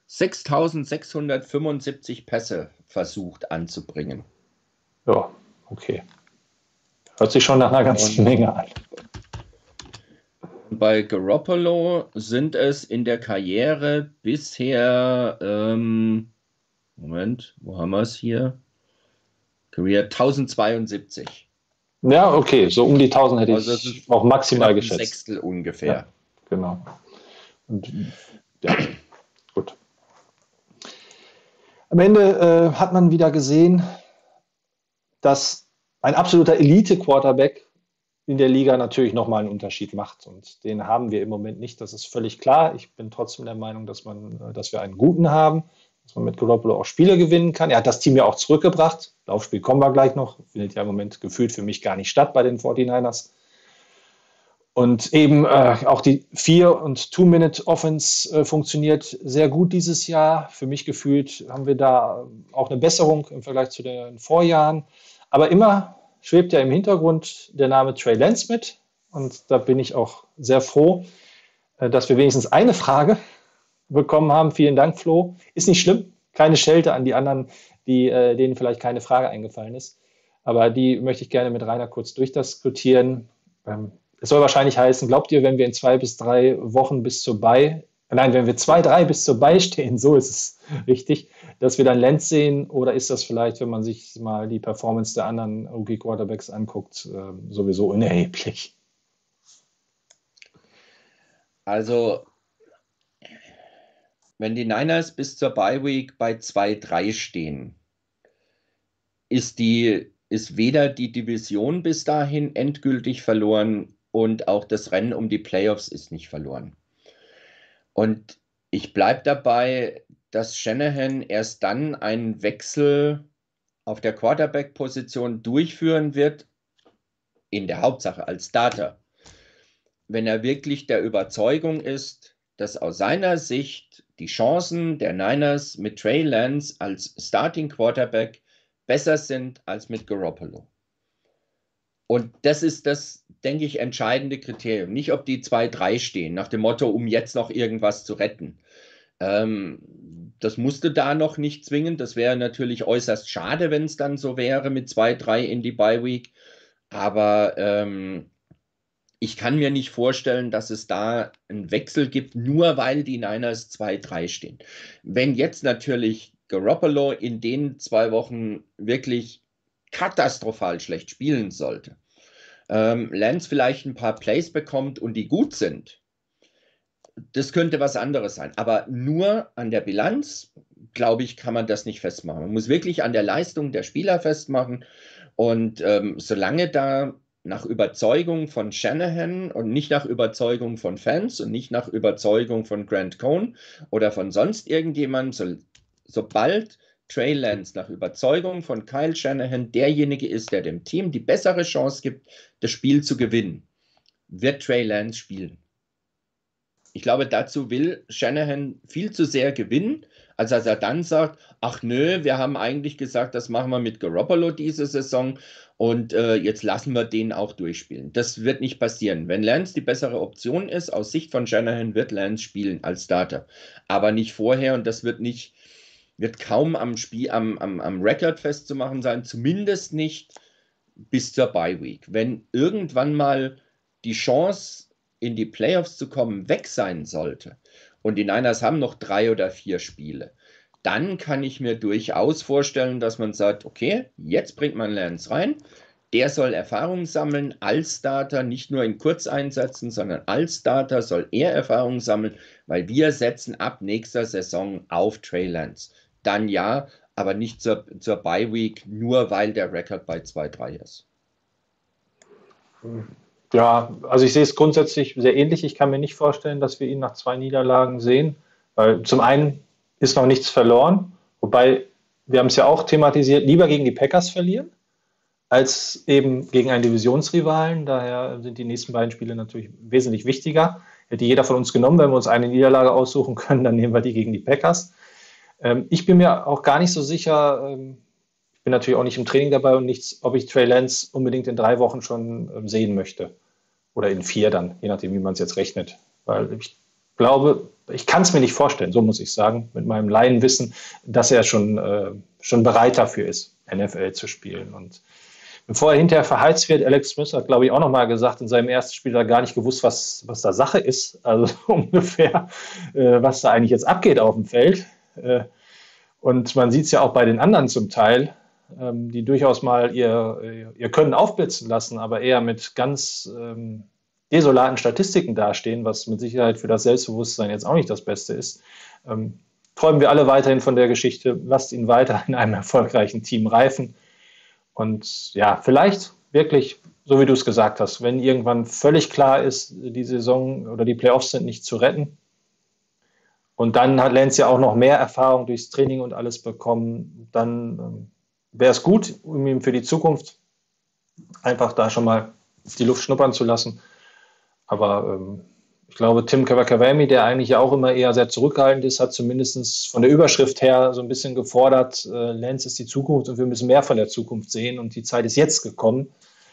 6.675 Pässe versucht anzubringen. Ja, okay. Hört sich schon nach einer ganzen Menge an. bei Garoppolo sind es in der Karriere bisher, Moment, wo haben wir es hier? Career 1072. Ja, okay, so um die 1000 hätte Also das ich ist auch maximal knapp ein geschätzt. Sechstel ungefähr. Ja, genau. Und ja, gut. Am Ende hat man wieder gesehen, dass ein absoluter Elite-Quarterback in der Liga natürlich nochmal einen Unterschied macht. Und den haben wir im Moment nicht. Das ist völlig klar. Ich bin trotzdem der Meinung, dass wir einen guten haben, dass man mit Garoppolo auch Spiele gewinnen kann. Er hat das Team ja auch zurückgebracht. Laufspiel kommen wir gleich noch. Findet ja im Moment gefühlt für mich gar nicht statt bei den 49ers. Und eben auch die 4- und 2-Minute-Offense funktioniert sehr gut dieses Jahr. Für mich gefühlt haben wir da auch eine Besserung im Vergleich zu den Vorjahren. Aber immer schwebt ja im Hintergrund der Name Trey Lance mit. Und da bin ich auch sehr froh, dass wir wenigstens eine Frage bekommen haben. Vielen Dank, Flo. Ist nicht schlimm. Keine Schelte an die anderen, denen vielleicht keine Frage eingefallen ist. Aber die möchte ich gerne mit Rainer kurz durchdiskutieren. Es soll wahrscheinlich heißen, glaubt ihr, wenn wir in 2 bis 3 Wochen bis zur Bye, wenn wir 2, 3 bis zur Bye stehen, so ist es richtig, dass wir dann Lance sehen? Oder ist das vielleicht, wenn man sich mal die Performance der anderen Rookie-Quarterbacks anguckt, sowieso unerheblich? Also, wenn die Niners bis zur Bye-Week bei 2-3 stehen, ist weder die Division bis dahin endgültig verloren und auch das Rennen um die Playoffs ist nicht verloren. Und ich bleibe dabei, dass Shanahan erst dann einen Wechsel auf der Quarterback-Position durchführen wird, in der Hauptsache als Starter, wenn er wirklich der Überzeugung ist, dass aus seiner Sicht die Chancen der Niners mit Trey Lance als Starting Quarterback besser sind als mit Garoppolo. Und das ist das, denke ich, entscheidende Kriterium. Nicht, ob die 2-3 stehen, nach dem Motto, um jetzt noch irgendwas zu retten. Das musste da noch nicht zwingen. Das wäre natürlich äußerst schade, wenn es dann so wäre mit 2-3 in die Bye-Week. Aber ich kann mir nicht vorstellen, dass es da einen Wechsel gibt, nur weil die Niners 2-3 stehen. Wenn jetzt natürlich Garoppolo in den 2 Wochen wirklich katastrophal schlecht spielen sollte, Lance vielleicht ein paar Plays bekommt und die gut sind, das könnte was anderes sein. Aber nur an der Bilanz, glaube ich, kann man das nicht festmachen. Man muss wirklich an der Leistung der Spieler festmachen. Und solange da nach Überzeugung von Shanahan und nicht nach Überzeugung von Fans und nicht nach Überzeugung von Grant Cohn oder von sonst irgendjemandem, sobald Trey Lance nach Überzeugung von Kyle Shanahan derjenige ist, der dem Team die bessere Chance gibt, das Spiel zu gewinnen, wird Trey Lance spielen. Ich glaube, dazu will Shanahan viel zu sehr gewinnen, als dass er dann sagt, ach nö, wir haben eigentlich gesagt, das machen wir mit Garoppolo diese Saison und jetzt lassen wir den auch durchspielen. Das wird nicht passieren. Wenn Lance die bessere Option ist, aus Sicht von Shanahan wird Lance spielen als Starter, aber nicht vorher und das wird kaum am Spiel, am Record festzumachen sein, zumindest nicht bis zur Bye-Week. Wenn irgendwann mal die Chance, in die Playoffs zu kommen, weg sein sollte und die Niners haben noch 3 oder 4 Spiele, dann kann ich mir durchaus vorstellen, dass man sagt, okay, jetzt bringt man Lance rein, der soll Erfahrung sammeln als Starter, nicht nur in Kurzeinsätzen, sondern als Starter soll er Erfahrung sammeln, weil wir setzen ab nächster Saison auf Trey Lance. Dann ja, aber nicht zur Bye-Week, nur weil der Rekord bei 2-3 ist. Ja, also ich sehe es grundsätzlich sehr ähnlich. Ich kann mir nicht vorstellen, dass wir ihn nach 2 Niederlagen sehen, weil zum einen ist noch nichts verloren, wobei wir haben es ja auch thematisiert, lieber gegen die Packers verlieren, als eben gegen einen Divisionsrivalen. Daher sind die nächsten beiden Spiele natürlich wesentlich wichtiger. Hätte jeder von uns genommen, wenn wir uns eine Niederlage aussuchen können, dann nehmen wir die gegen die Packers. Ich bin mir auch gar nicht so sicher, ich bin natürlich auch nicht im Training dabei und nichts, ob ich Trey Lance unbedingt in 3 Wochen schon sehen möchte. Oder in 4 dann, je nachdem, wie man es jetzt rechnet. Weil ich glaube, ich kann es mir nicht vorstellen, so muss ich sagen, mit meinem Laienwissen, dass er schon bereit dafür ist, NFL zu spielen. Und Bevor er hinterher verheizt wird, Alex Smith hat, glaube ich, auch nochmal gesagt, in seinem ersten Spiel hat er gar nicht gewusst, was da Sache ist. Also ungefähr, was da eigentlich jetzt abgeht auf dem Feld. Und man sieht es ja auch bei den anderen zum Teil, die durchaus mal ihr Können aufblitzen lassen, aber eher mit ganz desolaten Statistiken dastehen, was mit Sicherheit für das Selbstbewusstsein jetzt auch nicht das Beste ist. Träumen wir alle weiterhin von der Geschichte, lasst ihn weiter in einem erfolgreichen Team reifen. Und ja, vielleicht wirklich, so wie du es gesagt hast, wenn irgendwann völlig klar ist, die Saison oder die Playoffs sind nicht zu retten, und dann hat Lance ja auch noch mehr Erfahrung durchs Training und alles bekommen, dann wäre es gut, um ihm für die Zukunft einfach da schon mal die Luft schnuppern zu lassen. Aber ich glaube, Tim Kawakami, der eigentlich ja auch immer eher sehr zurückhaltend ist, hat zumindest von der Überschrift her so ein bisschen gefordert, Lance ist die Zukunft und wir müssen mehr von der Zukunft sehen und die Zeit ist jetzt gekommen.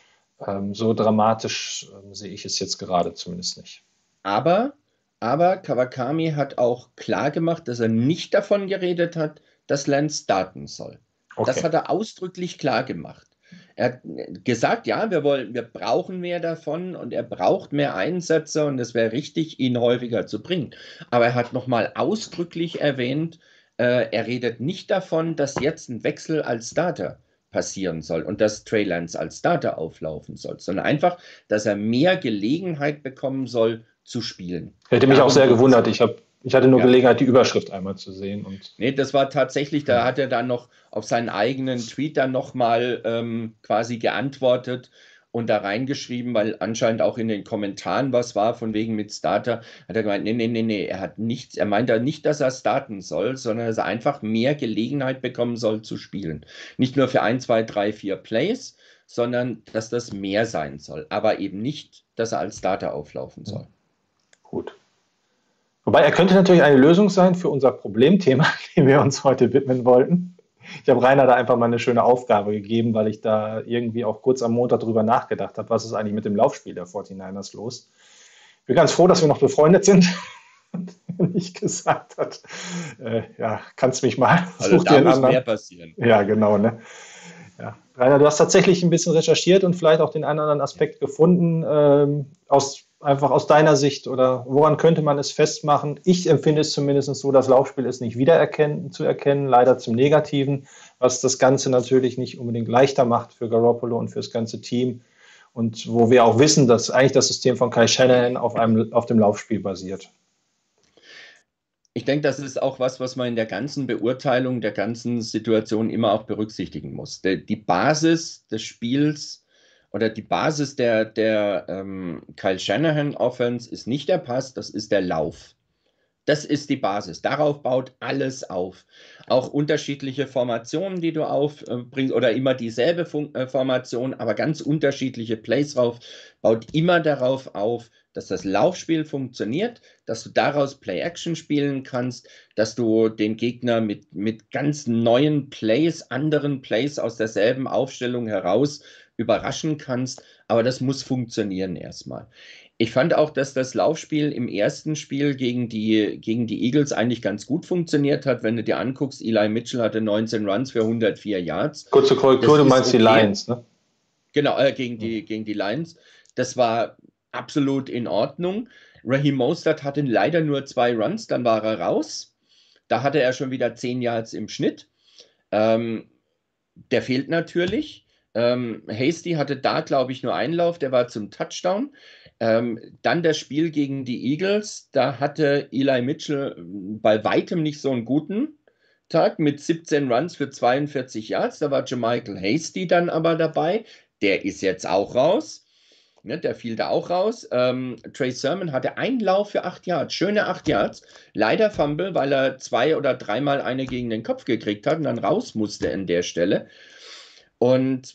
So dramatisch sehe ich es jetzt gerade zumindest nicht. Aber Kawakami hat auch klar gemacht, dass er nicht davon geredet hat, dass Lance starten soll. Okay. Das hat er ausdrücklich klar gemacht. Er hat gesagt, ja, wir brauchen mehr davon und er braucht mehr Einsätze und es wäre richtig, ihn häufiger zu bringen. Aber er hat nochmal ausdrücklich erwähnt, er redet nicht davon, dass jetzt ein Wechsel als Starter passieren soll und dass Trey Lance als Starter auflaufen soll, sondern einfach, dass er mehr Gelegenheit bekommen soll, zu spielen. Hätte mich auch sehr gewundert. Ich hatte nur Gelegenheit, die Überschrift einmal zu sehen. Nee, das war tatsächlich, da hat er dann noch auf seinen eigenen Tweet dann nochmal quasi geantwortet und da reingeschrieben, weil anscheinend auch in den Kommentaren was war, von wegen mit Starter, hat er gemeint, nee, er meint da nicht, dass er starten soll, sondern dass er einfach mehr Gelegenheit bekommen soll zu spielen. Nicht nur für 1, 2, 3, 4 Plays, sondern dass das mehr sein soll, aber eben nicht, dass er als Starter auflaufen soll. Gut. Wobei er könnte natürlich eine Lösung sein für unser Problemthema, dem wir uns heute widmen wollten. Ich habe Rainer da einfach mal eine schöne Aufgabe gegeben, weil ich da irgendwie auch kurz am Montag drüber nachgedacht habe, was ist eigentlich mit dem Laufspiel der 49ers los. Ich bin ganz froh, dass wir noch befreundet sind. Und er nicht gesagt hat, kannst mich mal. Also da muss mehr passieren. Ja, genau, ne? Ja. Rainer, du hast tatsächlich ein bisschen recherchiert und vielleicht auch den einen oder anderen Aspekt gefunden, einfach aus deiner Sicht, oder woran könnte man es festmachen? Ich empfinde es zumindest so, das Laufspiel ist nicht zu erkennen, leider zum Negativen, was das Ganze natürlich nicht unbedingt leichter macht für Garoppolo und für das ganze Team und wo wir auch wissen, dass eigentlich das System von Kyle Shanahan auf dem Laufspiel basiert. Ich denke, das ist auch was man in der ganzen Beurteilung der ganzen Situation immer auch berücksichtigen muss. Die Basis des Spiels oder die Basis der Kyle Shanahan Offense ist nicht der Pass, das ist der Lauf. Das ist die Basis. Darauf baut alles auf. Auch unterschiedliche Formationen, die du aufbringst, oder immer dieselbe Formation, aber ganz unterschiedliche Plays drauf, baut immer darauf auf, dass das Laufspiel funktioniert, dass du daraus Play-Action spielen kannst, dass du den Gegner mit ganz neuen Plays, anderen Plays aus derselben Aufstellung heraus überraschen kannst, aber das muss funktionieren erstmal. Ich fand auch, dass das Laufspiel im ersten Spiel gegen die Eagles eigentlich ganz gut funktioniert hat. Wenn du dir anguckst, Eli Mitchell hatte 19 Runs für 104 Yards. Kurze Korrektur, du meinst okay. Die Lions, ne? Genau, gegen die Lions. Das war absolut in Ordnung. Raheem Mostert hatte leider nur 2 Runs, dann war er raus. Da hatte er schon wieder 10 Yards im Schnitt. Der fehlt natürlich. Hasty hatte da, glaube ich, nur einen Lauf, der war zum Touchdown. Dann das Spiel gegen die Eagles, da hatte Eli Mitchell bei weitem nicht so einen guten Tag mit 17 Runs für 42 Yards. Da war Jermichael Hasty dann aber dabei. Der ist jetzt auch raus. Ne, der fiel da auch raus. Trey Sermon hatte einen Lauf für 8 Yards, schöne 8 Yards. Leider Fumble, weil er 2 oder 3 Mal eine gegen den Kopf gekriegt hat und dann raus musste an der Stelle. Und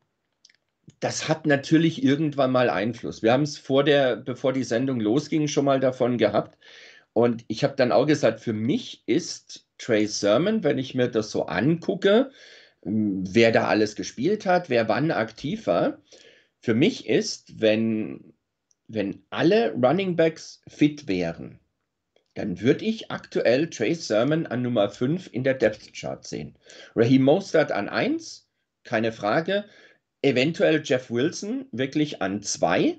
das hat natürlich irgendwann mal Einfluss. Wir haben es bevor die Sendung losging, schon mal davon gehabt. Und ich habe dann auch gesagt, für mich ist Trey Sermon, wenn ich mir das so angucke, wer da alles gespielt hat, wer wann aktiv war, für mich ist, wenn alle Running Backs fit wären, dann würde ich aktuell Trey Sermon an Nummer 5 in der Depth Chart sehen. Raheem Mostert an 1, keine Frage. eventuell Jeff Wilson wirklich an 2.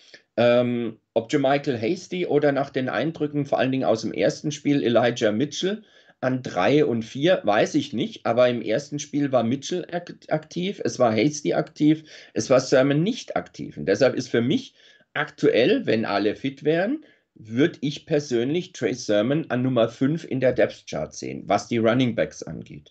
Ob Jermichael Hasty oder nach den Eindrücken, vor allen Dingen aus dem ersten Spiel, Elijah Mitchell an 3 und 4, weiß ich nicht. Aber im ersten Spiel war Mitchell aktiv, es war Hasty aktiv, es war Sermon nicht aktiv. Und deshalb ist für mich aktuell, wenn alle fit wären, würde ich persönlich Trey Sermon an Nummer 5 in der Depth Chart sehen, was die Running Backs angeht.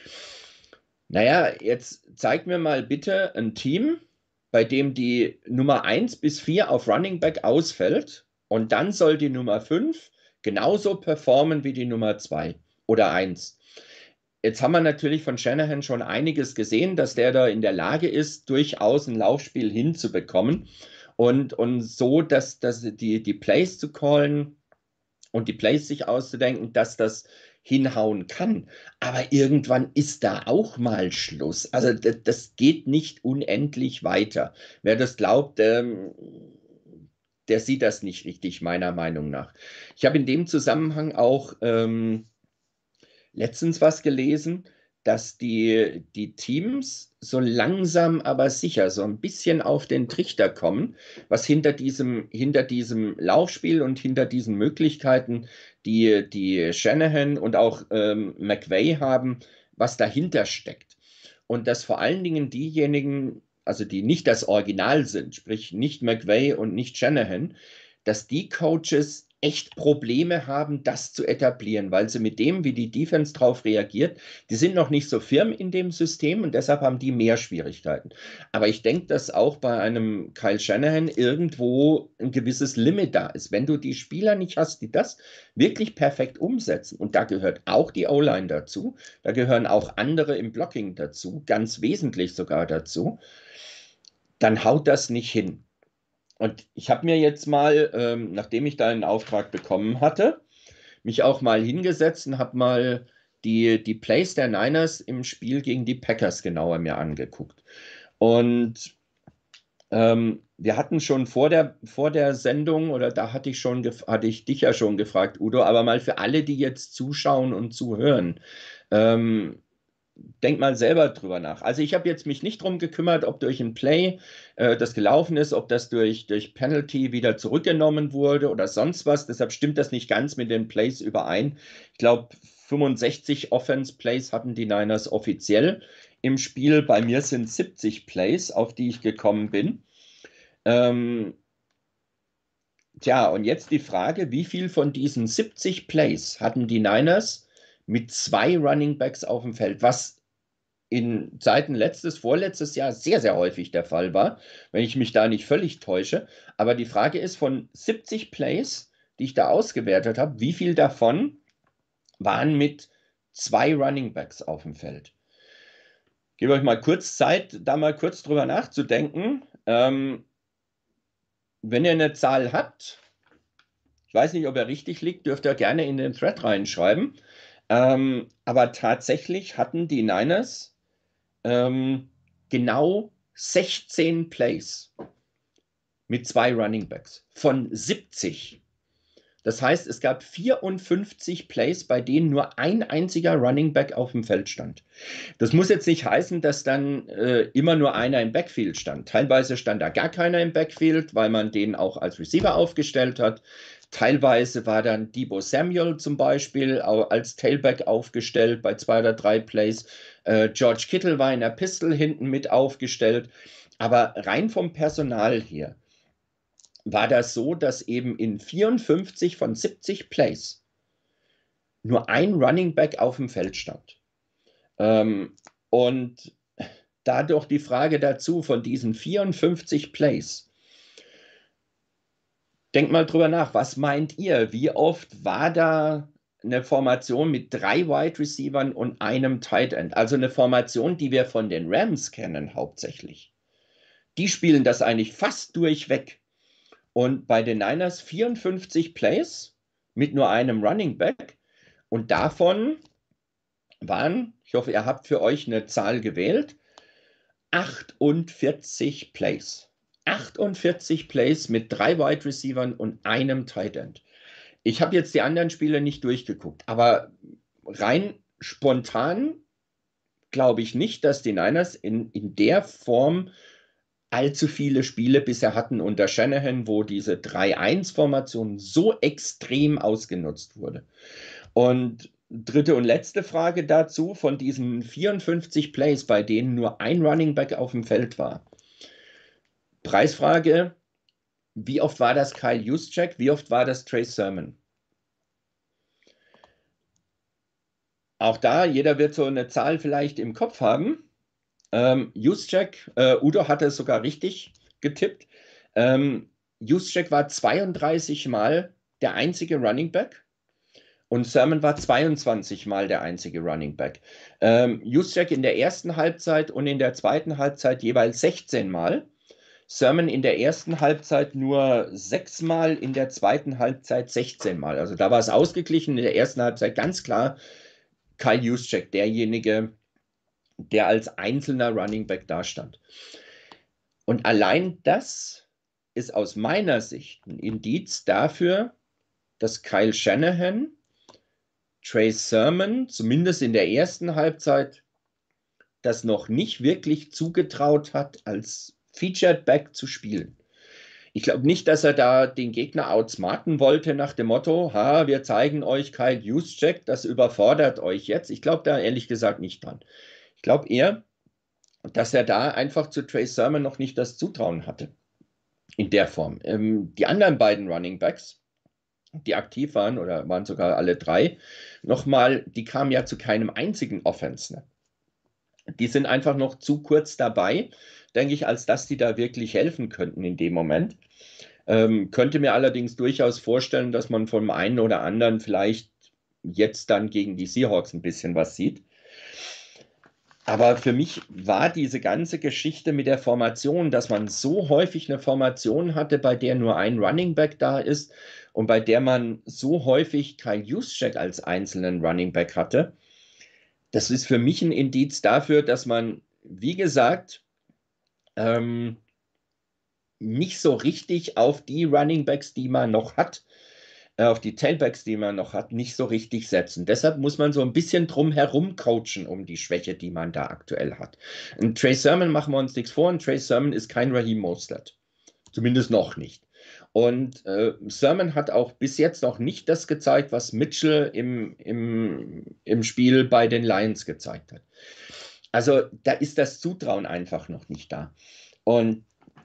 Naja, jetzt zeig mir mal bitte ein Team, bei dem die Nummer 1 bis 4 auf Running Back ausfällt und dann soll die Nummer 5 genauso performen wie die Nummer 2 oder 1. Jetzt haben wir natürlich von Shanahan schon einiges gesehen, dass der da in der Lage ist, durchaus ein Laufspiel hinzubekommen und so, dass die Plays zu callen und die Plays sich auszudenken, dass das hinhauen kann. Aber irgendwann ist da auch mal Schluss. Also das geht nicht unendlich weiter. Wer das glaubt, der sieht das nicht richtig, meiner Meinung nach. Ich habe in dem Zusammenhang auch letztens was gelesen, dass die Teams so langsam aber sicher so ein bisschen auf den Trichter kommen, was hinter diesem Laufspiel und hinter diesen Möglichkeiten, die Shanahan und auch McVay haben, was dahinter steckt. Und dass vor allen Dingen diejenigen, also die nicht das Original sind, sprich nicht McVay und nicht Shanahan, dass die Coaches echt Probleme haben, das zu etablieren, weil sie mit dem, wie die Defense drauf reagiert, die sind noch nicht so firm in dem System und deshalb haben die mehr Schwierigkeiten. Aber ich denke, dass auch bei einem Kyle Shanahan irgendwo ein gewisses Limit da ist. Wenn du die Spieler nicht hast, die das wirklich perfekt umsetzen, und da gehört auch die O-Line dazu, da gehören auch andere im Blocking dazu, ganz wesentlich sogar dazu, dann haut das nicht hin. Und ich habe mir jetzt mal, nachdem ich da einen Auftrag bekommen hatte, mich auch mal hingesetzt und habe mal die Plays der Niners im Spiel gegen die Packers genauer mir angeguckt. Und wir hatten schon vor der Sendung, oder da hatte ich dich ja schon gefragt, Udo, aber mal für alle, die jetzt zuschauen und zuhören, denk mal selber drüber nach. Also ich habe jetzt mich nicht drum gekümmert, ob durch ein Play das gelaufen ist, ob das durch Penalty wieder zurückgenommen wurde oder sonst was. Deshalb stimmt das nicht ganz mit den Plays überein. Ich glaube, 65 Offense-Plays hatten die Niners offiziell im Spiel. Bei mir sind 70 Plays, auf die ich gekommen bin. Tja, und jetzt die Frage, wie viel von diesen 70 Plays hatten die Niners mit 2 Running Backs auf dem Feld, was in Zeiten vorletztes Jahr sehr, sehr häufig der Fall war, wenn ich mich da nicht völlig täusche. Aber die Frage ist, von 70 Plays, die ich da ausgewertet habe, wie viel davon waren mit 2 Running Backs auf dem Feld? Ich gebe euch mal kurz Zeit, da mal kurz drüber nachzudenken. Wenn ihr eine Zahl habt, ich weiß nicht, ob er richtig liegt, dürft ihr gerne in den Thread reinschreiben. Aber tatsächlich hatten die Niners genau 16 Plays mit 2 Running Backs von 70. Das heißt, es gab 54 Plays, bei denen nur ein einziger Running Back auf dem Feld stand. Das muss jetzt nicht heißen, dass dann immer nur einer im Backfield stand. Teilweise stand da gar keiner im Backfield, weil man den auch als Receiver aufgestellt hat. Teilweise war dann Deebo Samuel zum Beispiel als Tailback aufgestellt bei 2 oder 3 Plays. George Kittle war in der Pistol hinten mit aufgestellt. Aber rein vom Personal her war das so, dass eben in 54 von 70 Plays nur ein Running Back auf dem Feld stand. Und dadurch die Frage dazu, von diesen 54 Plays, denkt mal drüber nach, was meint ihr? Wie oft war da eine Formation mit 3 Wide Receivern und einem Tight End? Also eine Formation, die wir von den Rams kennen hauptsächlich. Die spielen das eigentlich fast durchweg. Und bei den Niners 54 Plays mit nur einem Running Back. Und davon waren, ich hoffe, ihr habt für euch eine Zahl gewählt, 48 Plays. 48 Plays mit 3 Wide Receivern und einem Tight End. Ich habe jetzt die anderen Spiele nicht durchgeguckt, aber rein spontan glaube ich nicht, dass die Niners in der Form allzu viele Spiele bisher hatten unter Shanahan, wo diese 3-1-Formation so extrem ausgenutzt wurde. Und dritte und letzte Frage dazu, von diesen 54 Plays, bei denen nur ein Running Back auf dem Feld war. Preisfrage, wie oft war das Kyle Juszczyk, wie oft war das Trey Sermon? Auch da, jeder wird so eine Zahl vielleicht im Kopf haben. Juszczyk, Udo hatte es sogar richtig getippt. Juszczyk war 32 Mal der einzige Running Back und Sermon war 22 Mal der einzige Running Back. Juszczyk in der ersten Halbzeit und in der zweiten Halbzeit jeweils 16 Mal. Sermon in der ersten Halbzeit nur 6 Mal, in der zweiten Halbzeit 16 Mal. Also da war es ausgeglichen, in der ersten Halbzeit ganz klar Kyle Juszczyk, derjenige, der als einzelner Running Back dastand. Und allein das ist aus meiner Sicht ein Indiz dafür, dass Kyle Shanahan Trey Sermon, zumindest in der ersten Halbzeit, das noch nicht wirklich zugetraut hat, als Featured Back zu spielen. Ich glaube nicht, dass er da den Gegner outsmarten wollte nach dem Motto, wir zeigen euch Kyle Juszczyk, das überfordert euch jetzt. Ich glaube da ehrlich gesagt nicht dran. Ich glaube eher, dass er da einfach zu Trey Sermon noch nicht das Zutrauen hatte. In der Form. Die anderen beiden Running Backs, die aktiv waren, oder waren sogar alle drei, nochmal, die kamen ja zu keinem einzigen Offense. Die sind einfach noch zu kurz dabei, denke ich, als dass die da wirklich helfen könnten in dem Moment. Könnte mir allerdings durchaus vorstellen, dass man vom einen oder anderen vielleicht jetzt dann gegen die Seahawks ein bisschen was sieht. Aber für mich war diese ganze Geschichte mit der Formation, dass man so häufig eine Formation hatte, bei der nur ein Running Back da ist und bei der man so häufig Kyle Juszczyk als einzelnen Running Back hatte, das ist für mich ein Indiz dafür, dass man, wie gesagt, nicht so richtig auf die Running Backs, die man noch hat, auf die Tailbacks, die man noch hat, nicht so richtig setzen. Deshalb muss man so ein bisschen drum herum coachen um die Schwäche, die man da aktuell hat. Und Trey Sermon, machen wir uns nichts vor, und Trey Sermon ist kein Raheem Mostert. Zumindest noch nicht. Und Sermon hat auch bis jetzt noch nicht das gezeigt, was Mitchell im Spiel bei den Lions gezeigt hat. Also da ist das Zutrauen einfach noch nicht da. Und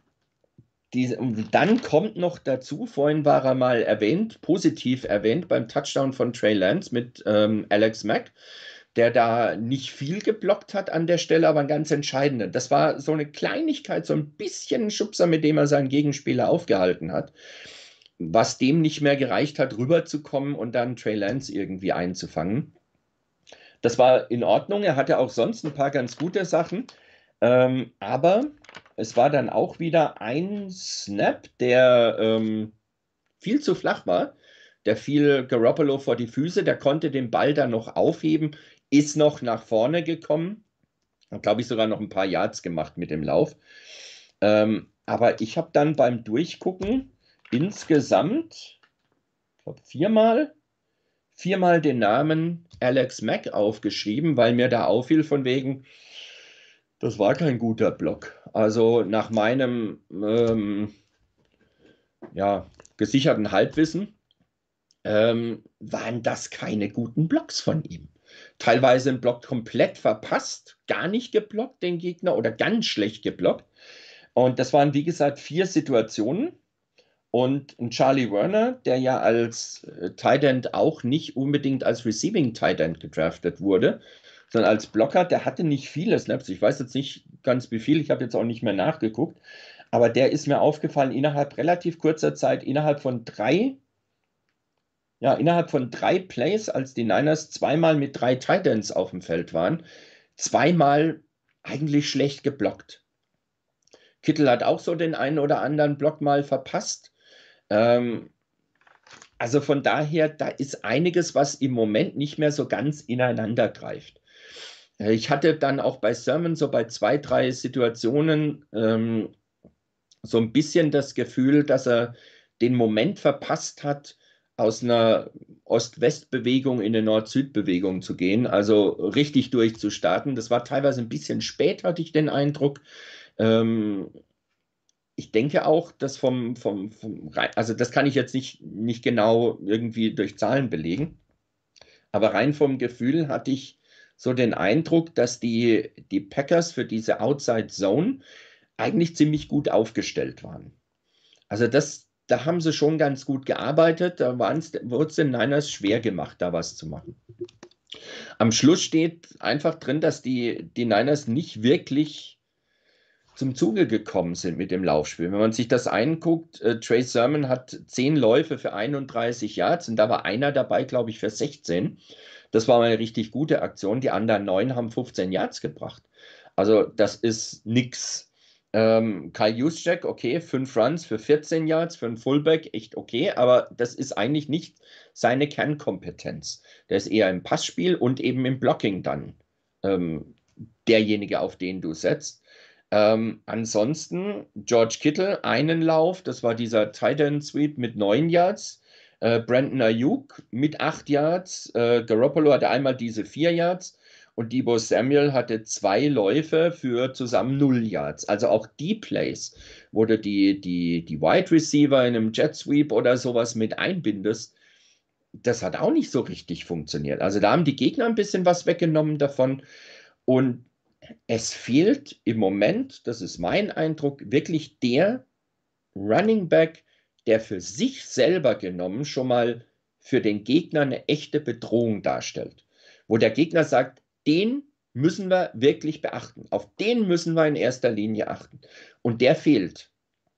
dann kommt noch dazu, vorhin war er mal erwähnt, positiv erwähnt, beim Touchdown von Trey Lance mit Alex Mack, der da nicht viel geblockt hat an der Stelle, aber ein ganz entscheidender. Das war so eine Kleinigkeit, so ein bisschen ein Schubser, mit dem er seinen Gegenspieler aufgehalten hat, was dem nicht mehr gereicht hat, rüberzukommen und dann Trey Lance irgendwie einzufangen. Das war in Ordnung, er hatte auch sonst ein paar ganz gute Sachen, aber es war dann auch wieder ein Snap, der viel zu flach war. Der fiel Garoppolo vor die Füße, der konnte den Ball dann noch aufheben, ist noch nach vorne gekommen, hat, glaube ich, sogar noch ein paar Yards gemacht mit dem Lauf. Aber ich habe dann beim Durchgucken insgesamt, ich glaube, viermal den Namen Alex Mack aufgeschrieben, weil mir da auffiel von wegen, das war kein guter Block. Also nach meinem gesicherten Halbwissen waren das keine guten Blocks von ihm. Teilweise ein Block komplett verpasst, gar nicht geblockt den Gegner oder ganz schlecht geblockt. Und das waren, wie gesagt, 4 Situationen. Und ein Charlie Werner, der ja als Tight End auch nicht unbedingt als Receiving Tight End gedraftet wurde, sondern als Blocker, der hatte nicht viele Snaps. Ich weiß jetzt nicht ganz wie viel, ich habe jetzt auch nicht mehr nachgeguckt, aber der ist mir aufgefallen, innerhalb relativ kurzer Zeit, innerhalb von drei Plays, als die Niners zweimal mit 3 Tight Ends auf dem Feld waren, zweimal eigentlich schlecht geblockt. Kittel hat auch so den einen oder anderen Block mal verpasst. Also von daher, da ist einiges, was im Moment nicht mehr so ganz ineinander greift. Ich hatte dann auch bei Sermon so bei 2, 3 Situationen so ein bisschen das Gefühl, dass er den Moment verpasst hat, aus einer Ost-West-Bewegung in eine Nord-Süd-Bewegung zu gehen, also richtig durchzustarten. Das war teilweise ein bisschen spät, hatte ich den Eindruck. Ähm, Ich denke auch, dass also das kann ich jetzt nicht genau irgendwie durch Zahlen belegen, aber rein vom Gefühl hatte ich so den Eindruck, dass die Packers für diese Outside Zone eigentlich ziemlich gut aufgestellt waren. Also da haben sie schon ganz gut gearbeitet, wurde es den Niners schwer gemacht, da was zu machen. Am Schluss steht einfach drin, dass die Niners nicht wirklich zum Zuge gekommen sind mit dem Laufspiel. Wenn man sich das anguckt, Trey Sermon hat 10 Läufe für 31 Yards und da war einer dabei, glaube ich, für 16. Das war mal eine richtig gute Aktion. Die anderen 9 haben 15 Yards gebracht. Also das ist nix. Kyle Juszczyk, okay, 5 Runs für 14 Yards, für einen Fullback echt okay, aber das ist eigentlich nicht seine Kernkompetenz. Der ist eher im Passspiel und eben im Blocking dann derjenige, auf den du setzt. Ansonsten George Kittle, einen Lauf, das war dieser Tight End Sweep mit 9 Yards. Brandon Ayuk mit 8 Yards. Garoppolo hatte einmal diese 4 Yards. Und Deebo Samuel hatte 2 Läufe für zusammen 0 Yards. Also auch die Plays, wo du die Wide Receiver in einem Jet Sweep oder sowas mit einbindest, das hat auch nicht so richtig funktioniert. Also da haben die Gegner ein bisschen was weggenommen davon. Und es fehlt im Moment, das ist mein Eindruck, wirklich der Running Back, der für sich selber genommen schon mal für den Gegner eine echte Bedrohung darstellt. Wo der Gegner sagt, den müssen wir wirklich beachten. Auf den müssen wir in erster Linie achten. Und der fehlt.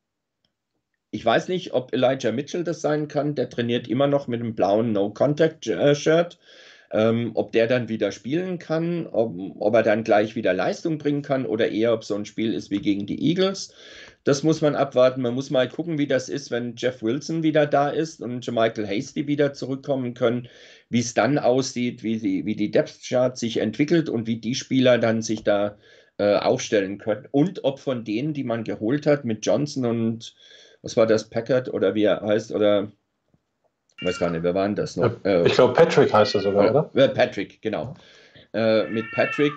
Ich weiß nicht, ob Elijah Mitchell das sein kann. Der trainiert immer noch mit einem blauen No-Contact-Shirt. Ob der dann wieder spielen kann, ob er dann gleich wieder Leistung bringen kann oder eher, ob so ein Spiel ist wie gegen die Eagles. Das muss man abwarten. Man muss mal gucken, wie das ist, wenn Jeff Wilson wieder da ist und JaMycal Hasty wieder zurückkommen können, wie es dann aussieht, wie die Depth Chart sich entwickelt und wie die Spieler dann sich da aufstellen können. Und ob von denen, die man geholt hat, mit Johnson und was war das, Packard oder wie er heißt, oder ich weiß gar nicht, wer war denn das noch? Ich glaube, Patrick heißt er sogar, oder? Patrick, genau. Mit Patrick,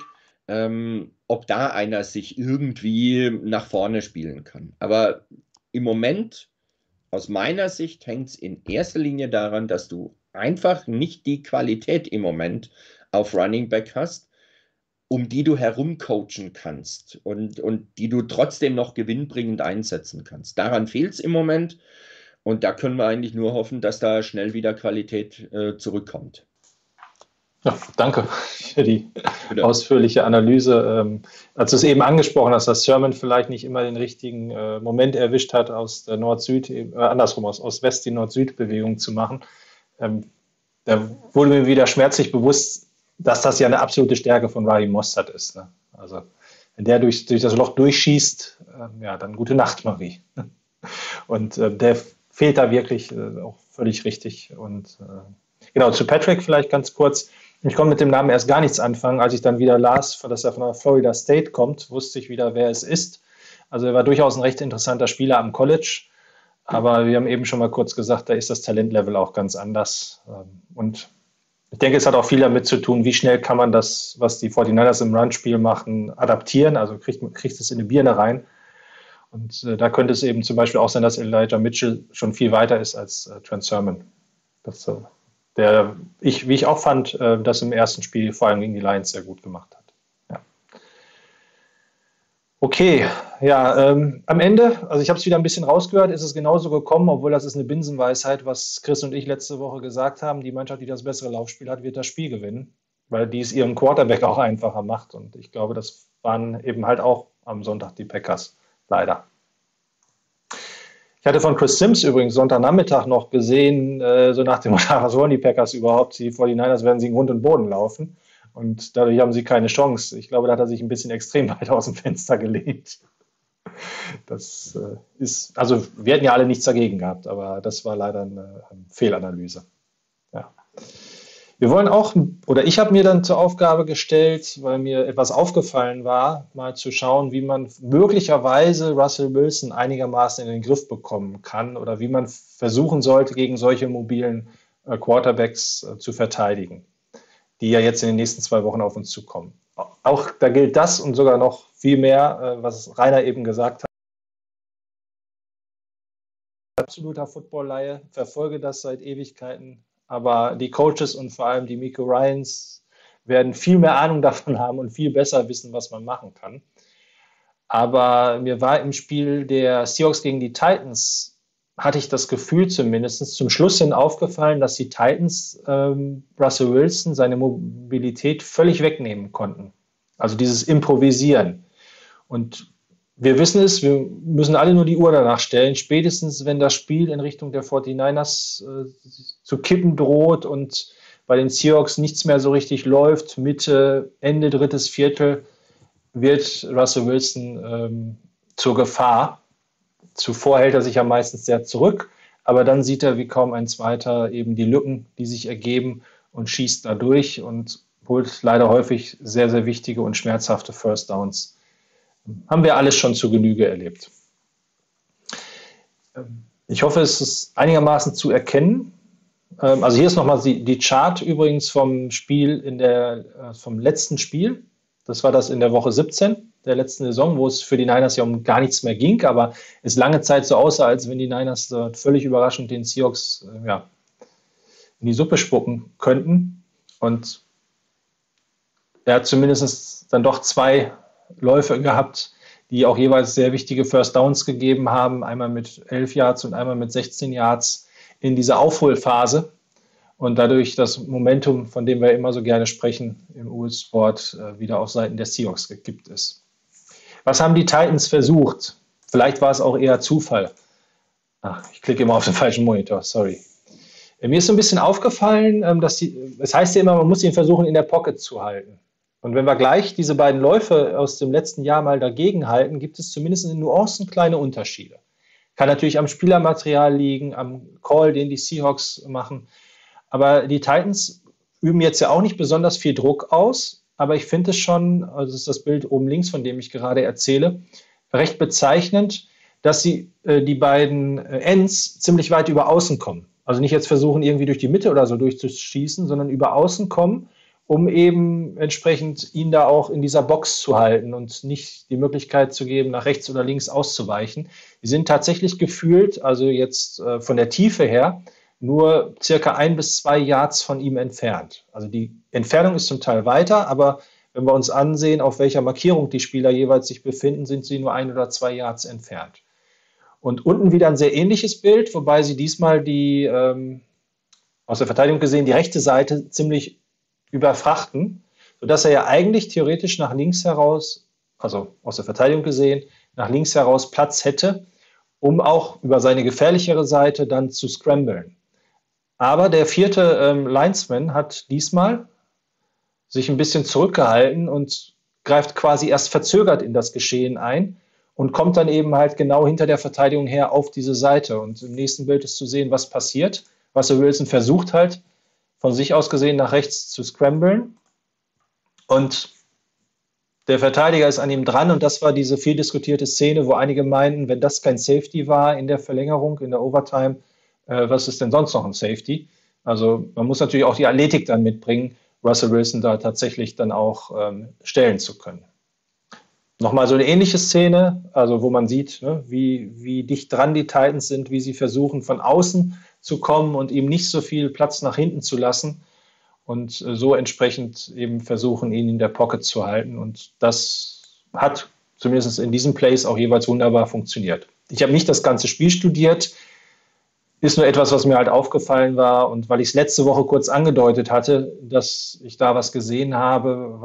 ob da einer sich irgendwie nach vorne spielen kann. Aber im Moment, aus meiner Sicht, hängt es in erster Linie daran, dass du einfach nicht die Qualität im Moment auf Running Back hast, um die du herumcoachen kannst und die du trotzdem noch gewinnbringend einsetzen kannst. Daran fehlt es im Moment. Und da können wir eigentlich nur hoffen, dass da schnell wieder Qualität zurückkommt. Ja, danke für die ausführliche Analyse. Als du es eben angesprochen hast, dass Sermon vielleicht nicht immer den richtigen Moment erwischt hat, aus der Nord-Süd, andersrum, aus Ost-West die Nord-Süd-Bewegung zu machen, da wurde mir wieder schmerzlich bewusst, dass das ja eine absolute Stärke von Raheem Mostert ist. Ne? Also wenn der durch das Loch durchschießt, ja, dann gute Nacht, Marie. Und der fehlt da wirklich auch völlig richtig. Und genau, zu Patrick vielleicht ganz kurz. Ich konnte mit dem Namen erst gar nichts anfangen. Als ich dann wieder las, dass er von der Florida State kommt, wusste ich wieder, wer es ist. Also er war durchaus ein recht interessanter Spieler am College. Aber wir haben eben schon mal kurz gesagt, da ist das Talentlevel auch ganz anders. Und ich denke, es hat auch viel damit zu tun, wie schnell kann man das, was die 49ers im Run-Spiel machen, adaptieren. Also kriegt es in die Birne rein. Und da könnte es eben zum Beispiel auch sein, dass Elijah Mitchell schon viel weiter ist als Trent Sermon. Wie ich auch fand, das im ersten Spiel vor allem gegen die Lions sehr gut gemacht hat. Ja. Okay, ja, am Ende, also ich habe es wieder ein bisschen rausgehört, ist es genauso gekommen, obwohl das ist eine Binsenweisheit, was Chris und ich letzte Woche gesagt haben. Die Mannschaft, die das bessere Laufspiel hat, wird das Spiel gewinnen, weil die es ihrem Quarterback auch einfacher macht. Und ich glaube, das waren eben halt auch am Sonntag die Packers. Leider. Ich hatte von Chris Sims übrigens Sonntagnachmittag noch gesehen, so nach dem Motto, was wollen die Packers überhaupt? Die 49ers werden sie in Grund und Boden laufen und dadurch haben sie keine Chance. Ich glaube, da hat er sich ein bisschen extrem weit aus dem Fenster gelegt. Das ist, also wir hätten ja alle nichts dagegen gehabt, aber das war leider eine Fehlanalyse. Ja. Wir wollen auch, oder ich habe mir dann zur Aufgabe gestellt, weil mir etwas aufgefallen war, mal zu schauen, wie man möglicherweise Russell Wilson einigermaßen in den Griff bekommen kann oder wie man versuchen sollte, gegen solche mobilen Quarterbacks zu verteidigen, die ja jetzt in den nächsten 2 Wochen auf uns zukommen. Auch da gilt das und sogar noch viel mehr, was Rainer eben gesagt hat. Absoluter Football-Laie, verfolge das seit Ewigkeiten, aber die Coaches und vor allem die Miko Ryans werden viel mehr Ahnung davon haben und viel besser wissen, was man machen kann. Aber mir war im Spiel der Seahawks gegen die Titans, hatte ich das Gefühl zumindest zum Schluss hin aufgefallen, dass die Titans Russell Wilson seine Mobilität völlig wegnehmen konnten. Also dieses Improvisieren. Und wir wissen es, wir müssen alle nur die Uhr danach stellen, spätestens wenn das Spiel in Richtung der 49ers zu kippen droht und bei den Seahawks nichts mehr so richtig läuft, Mitte, Ende drittes Viertel, wird Russell Wilson zur Gefahr. Zuvor hält er sich ja meistens sehr zurück, aber dann sieht er wie kaum ein zweiter eben die Lücken, die sich ergeben und schießt da durch und holt leider häufig sehr, sehr wichtige und schmerzhafte First Downs. Haben wir alles schon zu Genüge erlebt. Ich hoffe, es ist einigermaßen zu erkennen. Also hier ist nochmal die Chart übrigens vom vom letzten Spiel. Das war das in der Woche 17 der letzten Saison, wo es für die Niners ja um gar nichts mehr ging, aber es lange Zeit so aussah, als wenn die Niners völlig überraschend den Seahawks in die Suppe spucken könnten. Und er hat zumindest dann doch 2 Läufe gehabt, die auch jeweils sehr wichtige First Downs gegeben haben, einmal mit 11 Yards und einmal mit 16 Yards in dieser Aufholphase und dadurch das Momentum, von dem wir immer so gerne sprechen im US-Sport, wieder auf Seiten der Seahawks gekippt ist. Was haben die Titans versucht? Vielleicht war es auch eher Zufall. Ich klicke immer auf den falschen Monitor, sorry. Mir ist so ein bisschen aufgefallen, es heißt ja immer, man muss ihn versuchen, in der Pocket zu halten. Und wenn wir gleich diese beiden Läufe aus dem letzten Jahr mal dagegen halten, gibt es zumindest in Nuancen kleine Unterschiede. Kann natürlich am Spielermaterial liegen, am Call, den die Seahawks machen. Aber die Titans üben jetzt ja auch nicht besonders viel Druck aus. Aber ich finde es schon, also das ist das Bild oben links, von dem ich gerade erzähle, recht bezeichnend, dass die beiden Ends ziemlich weit über außen kommen. Also nicht jetzt versuchen, irgendwie durch die Mitte oder so durchzuschießen, sondern über außen kommen, um eben entsprechend ihn da auch in dieser Box zu halten und nicht die Möglichkeit zu geben, nach rechts oder links auszuweichen. Die sind tatsächlich gefühlt, also jetzt von der Tiefe her, nur circa 1 bis 2 Yards von ihm entfernt. Also die Entfernung ist zum Teil weiter, aber wenn wir uns ansehen, auf welcher Markierung die Spieler jeweils sich befinden, sind sie nur 1 oder 2 Yards entfernt. Und unten wieder ein sehr ähnliches Bild, wobei sie diesmal aus der Verteidigung gesehen, die rechte Seite ziemlich überfrachten, sodass er ja eigentlich theoretisch nach links heraus, also aus der Verteidigung gesehen, nach links heraus Platz hätte, um auch über seine gefährlichere Seite dann zu scramblen. Aber der 4. Linesman hat diesmal sich ein bisschen zurückgehalten und greift quasi erst verzögert in das Geschehen ein und kommt dann eben halt genau hinter der Verteidigung her auf diese Seite. Und im nächsten Bild ist zu sehen, was passiert. Russell Wilson versucht halt, von sich aus gesehen nach rechts zu scramblen und der Verteidiger ist an ihm dran und das war diese viel diskutierte Szene, wo einige meinten, wenn das kein Safety war in der Verlängerung, in der Overtime, was ist denn sonst noch ein Safety? Also man muss natürlich auch die Athletik dann mitbringen, Russell Wilson da tatsächlich dann auch stellen zu können. Nochmal so eine ähnliche Szene, also wo man sieht, ne, wie dicht dran die Titans sind, wie sie versuchen von außen zu kommen und ihm nicht so viel Platz nach hinten zu lassen und so entsprechend eben versuchen, ihn in der Pocket zu halten. Und das hat zumindest in diesen Plays auch jeweils wunderbar funktioniert. Ich habe nicht das ganze Spiel studiert, ist nur etwas, was mir halt aufgefallen war und weil ich es letzte Woche kurz angedeutet hatte, dass ich da was gesehen habe,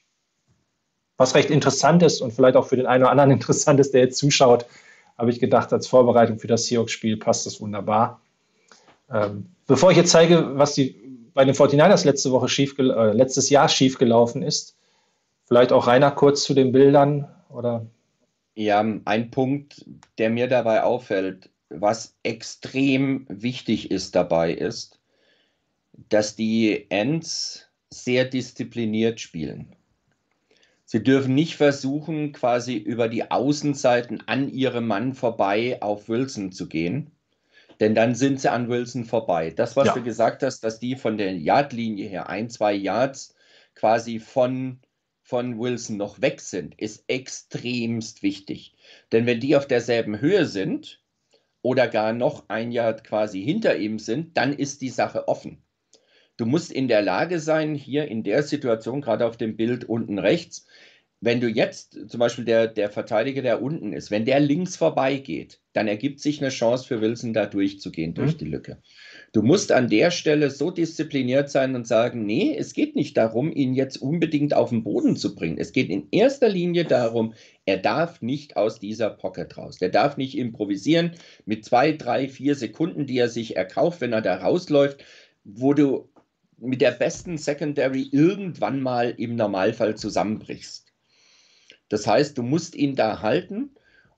was recht interessant ist und vielleicht auch für den einen oder anderen interessant ist, der jetzt zuschaut, habe ich gedacht, als Vorbereitung für das Seahawks-Spiel passt das wunderbar. Bevor ich jetzt zeige, was bei den 49ers letztes Jahr schiefgelaufen ist, vielleicht auch Rainer kurz zu den Bildern, oder? Ja, ein Punkt, der mir dabei auffällt, was extrem wichtig ist dabei ist, dass die Ends sehr diszipliniert spielen. Sie dürfen nicht versuchen, quasi über die Außenseiten an ihrem Mann vorbei auf Wilson zu gehen, denn dann sind sie an Wilson vorbei. Das, was du gesagt hast, dass die von der Yardlinie her 1-2 Yards quasi von Wilson noch weg sind, ist extremst wichtig. Denn wenn die auf derselben Höhe sind oder gar noch 1 Yard quasi hinter ihm sind, dann ist die Sache offen. Du musst in der Lage sein, hier in der Situation, gerade auf dem Bild unten rechts, wenn du jetzt zum Beispiel der Verteidiger, der unten ist, wenn der links vorbeigeht, dann ergibt sich eine Chance für Wilson, da durchzugehen durch die Lücke. Du musst an der Stelle so diszipliniert sein und sagen, nee, es geht nicht darum, ihn jetzt unbedingt auf den Boden zu bringen. Es geht in erster Linie darum, er darf nicht aus dieser Pocket raus. Der darf nicht improvisieren mit 2, 3, 4 Sekunden, die er sich erkauft, wenn er da rausläuft, wo du mit der besten Secondary irgendwann mal im Normalfall zusammenbrichst. Das heißt, du musst ihn da halten,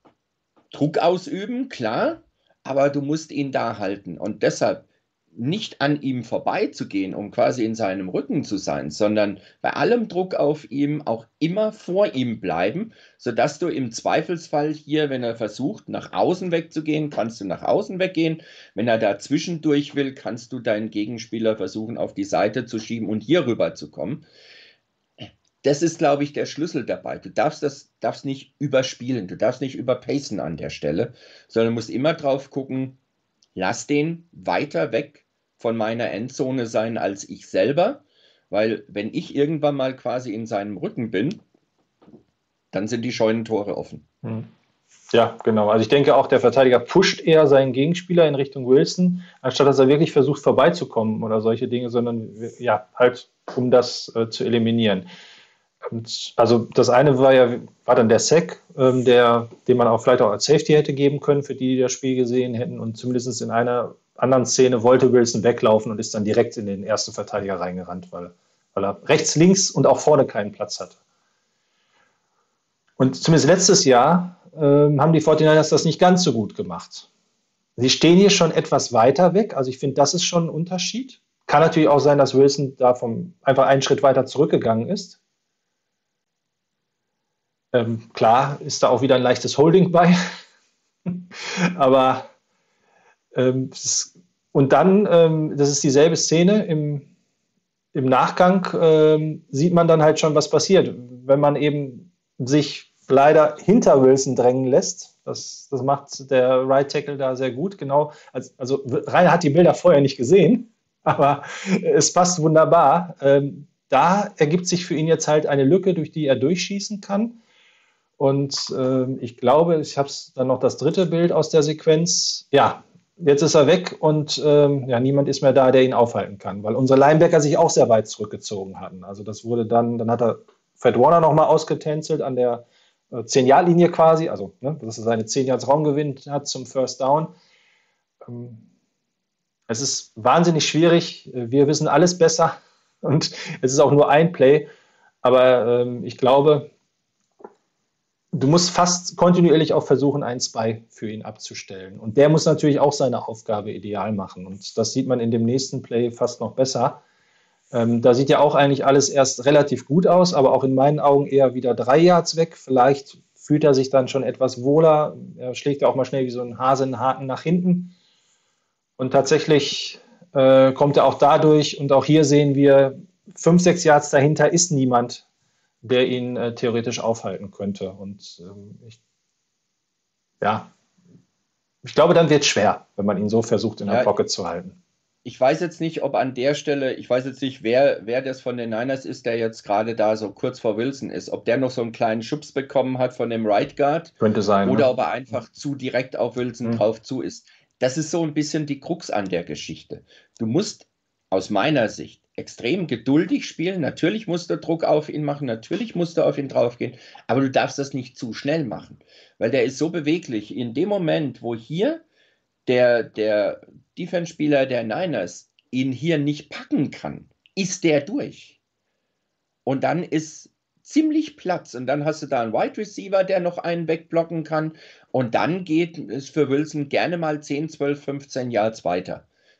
Druck ausüben, klar, aber du musst ihn da halten. Und deshalb nicht an ihm vorbeizugehen, um quasi in seinem Rücken zu sein, sondern bei allem Druck auf ihm auch immer vor ihm bleiben, sodass du im Zweifelsfall hier, wenn er versucht, nach außen wegzugehen, kannst du nach außen weggehen. Wenn er da zwischendurch will, kannst du deinen Gegenspieler versuchen, auf die Seite zu schieben und hier rüber zu kommen. Das ist, glaube ich, der Schlüssel dabei. Du darfst nicht überspielen, du darfst nicht überpacen an der Stelle, sondern musst immer drauf gucken, lass den weiter weg von meiner Endzone sein als ich selber, weil wenn ich irgendwann mal quasi in seinem Rücken bin, dann sind die Scheunentore offen. Ja, genau. Also ich denke auch, der Verteidiger pusht eher seinen Gegenspieler in Richtung Wilson, anstatt dass er wirklich versucht vorbeizukommen oder solche Dinge, sondern ja, halt um das zu eliminieren. Also das eine war dann der Sack, den man auch vielleicht auch als Safety hätte geben können, für die das Spiel gesehen hätten. Und zumindest in einer anderen Szene wollte Wilson weglaufen und ist dann direkt in den ersten Verteidiger reingerannt, weil er rechts, links und auch vorne keinen Platz hatte. Und zumindest letztes Jahr haben die 49ers das nicht ganz so gut gemacht. Sie stehen hier schon etwas weiter weg. Also ich finde, das ist schon ein Unterschied. Kann natürlich auch sein, dass Wilson da einfach einen Schritt weiter zurückgegangen ist. Klar ist da auch wieder ein leichtes Holding bei. Aber und dann, das ist dieselbe Szene, im Nachgang sieht man dann halt schon, was passiert. Wenn man eben sich leider hinter Wilson drängen lässt, das macht der Right Tackle da sehr gut, genau. Also Rainer hat die Bilder vorher nicht gesehen, aber es passt wunderbar. Da ergibt sich für ihn jetzt halt eine Lücke, durch die er durchschießen kann. Und ich glaube, ich habe dann noch das dritte Bild aus der Sequenz. Ja, jetzt ist er weg und niemand ist mehr da, der ihn aufhalten kann, weil unsere Linebacker sich auch sehr weit zurückgezogen hatten. Also das wurde dann hat er Fred Warner nochmal ausgetänzelt an der 10-Yard-Linie quasi, also dass er seine 10 Yards Raumgewinn hat zum First Down. Es ist wahnsinnig schwierig. Wir wissen alles besser und es ist auch nur ein Play. Aber ich glaube, du musst fast kontinuierlich auch versuchen, einen Spy für ihn abzustellen. Und der muss natürlich auch seine Aufgabe ideal machen. Und das sieht man in dem nächsten Play fast noch besser. Da sieht ja auch eigentlich alles erst relativ gut aus, aber auch in meinen Augen eher wieder 3 Yards weg. Vielleicht fühlt er sich dann schon etwas wohler. Er schlägt ja auch mal schnell wie so ein Hase einen Haken nach hinten. Und tatsächlich kommt er auch dadurch. Und auch hier sehen wir, 5, 6 Yards dahinter ist niemand, der ihn theoretisch aufhalten könnte. Und ich glaube, dann wird es schwer, wenn man ihn so versucht, in der Pocket zu halten. Ich weiß jetzt nicht, ob an der Stelle, ich weiß jetzt nicht, wer das von den Niners ist, der jetzt gerade da so kurz vor Wilson ist, ob der noch so einen kleinen Schubs bekommen hat von dem Right Guard. Könnte sein. Oder ob er einfach zu direkt auf Wilson drauf zu ist. Das ist so ein bisschen die Krux an der Geschichte. Du musst aus meiner Sicht extrem geduldig spielen. Natürlich musst du Druck auf ihn machen, natürlich musst du auf ihn draufgehen, aber du darfst das nicht zu schnell machen, weil der ist so beweglich. In dem Moment, wo hier der Defense-Spieler der Niners ihn hier nicht packen kann, ist der durch. Und dann ist ziemlich Platz. Und dann hast du da einen Wide Receiver, der noch einen wegblocken kann. Und dann geht es für Wilson gerne mal 10, 12, 15 Yards weiter.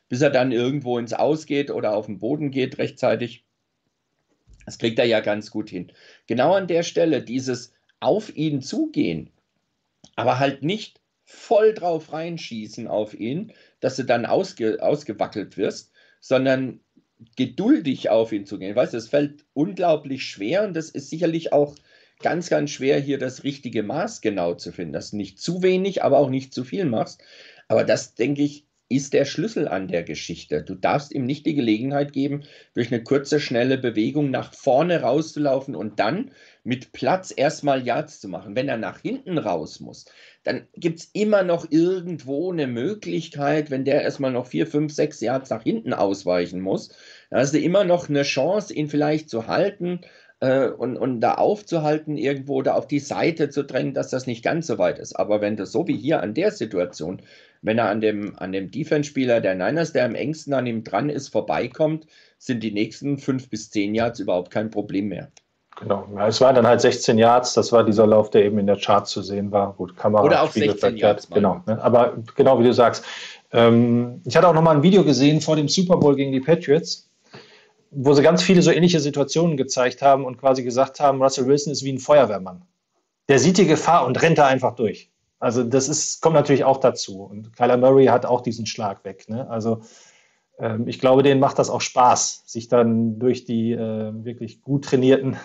bis er dann irgendwo ins Aus geht oder auf den Boden geht rechtzeitig. Das kriegt er ja ganz gut hin. Genau an der Stelle dieses auf ihn zugehen, aber halt nicht voll drauf reinschießen auf ihn, dass du dann ausgewackelt wirst, sondern geduldig auf ihn zu gehen. Weißt du, es fällt unglaublich schwer und das ist sicherlich auch ganz, ganz schwer, hier das richtige Maß genau zu finden, dass du nicht zu wenig, aber auch nicht zu viel machst. Aber das, denke ich, ist der Schlüssel an der Geschichte. Du darfst ihm nicht die Gelegenheit geben, durch eine kurze, schnelle Bewegung nach vorne rauszulaufen und dann mit Platz erstmal Yards zu machen. Wenn er nach hinten raus muss, dann gibt es immer noch irgendwo eine Möglichkeit, wenn der erstmal noch 4, 5, 6 Yards nach hinten ausweichen muss, dann hast du immer noch eine Chance, ihn vielleicht zu halten und da aufzuhalten irgendwo oder auf die Seite zu drängen, dass das nicht ganz so weit ist. Aber wenn das so wie hier an der Situation, wenn er an dem Defense-Spieler der Niners, der am engsten an ihm dran ist, vorbeikommt, sind die nächsten 5 bis 10 Yards überhaupt kein Problem mehr. Genau, ja, es waren dann halt 16 Yards, das war dieser Lauf, der eben in der Chart zu sehen war. Gut, Kamera, oder auch 16 Yards. Genau, ne? Aber genau wie du sagst. Ich hatte auch nochmal ein Video gesehen vor dem Super Bowl gegen die Patriots, wo sie ganz viele so ähnliche Situationen gezeigt haben und quasi gesagt haben, Russell Wilson ist wie ein Feuerwehrmann. Der sieht die Gefahr und rennt da einfach durch. Also das kommt natürlich auch dazu. Und Kyler Murray hat auch diesen Schlag weg. Ne? Also ich glaube, denen macht das auch Spaß, sich dann durch die wirklich gut trainierten,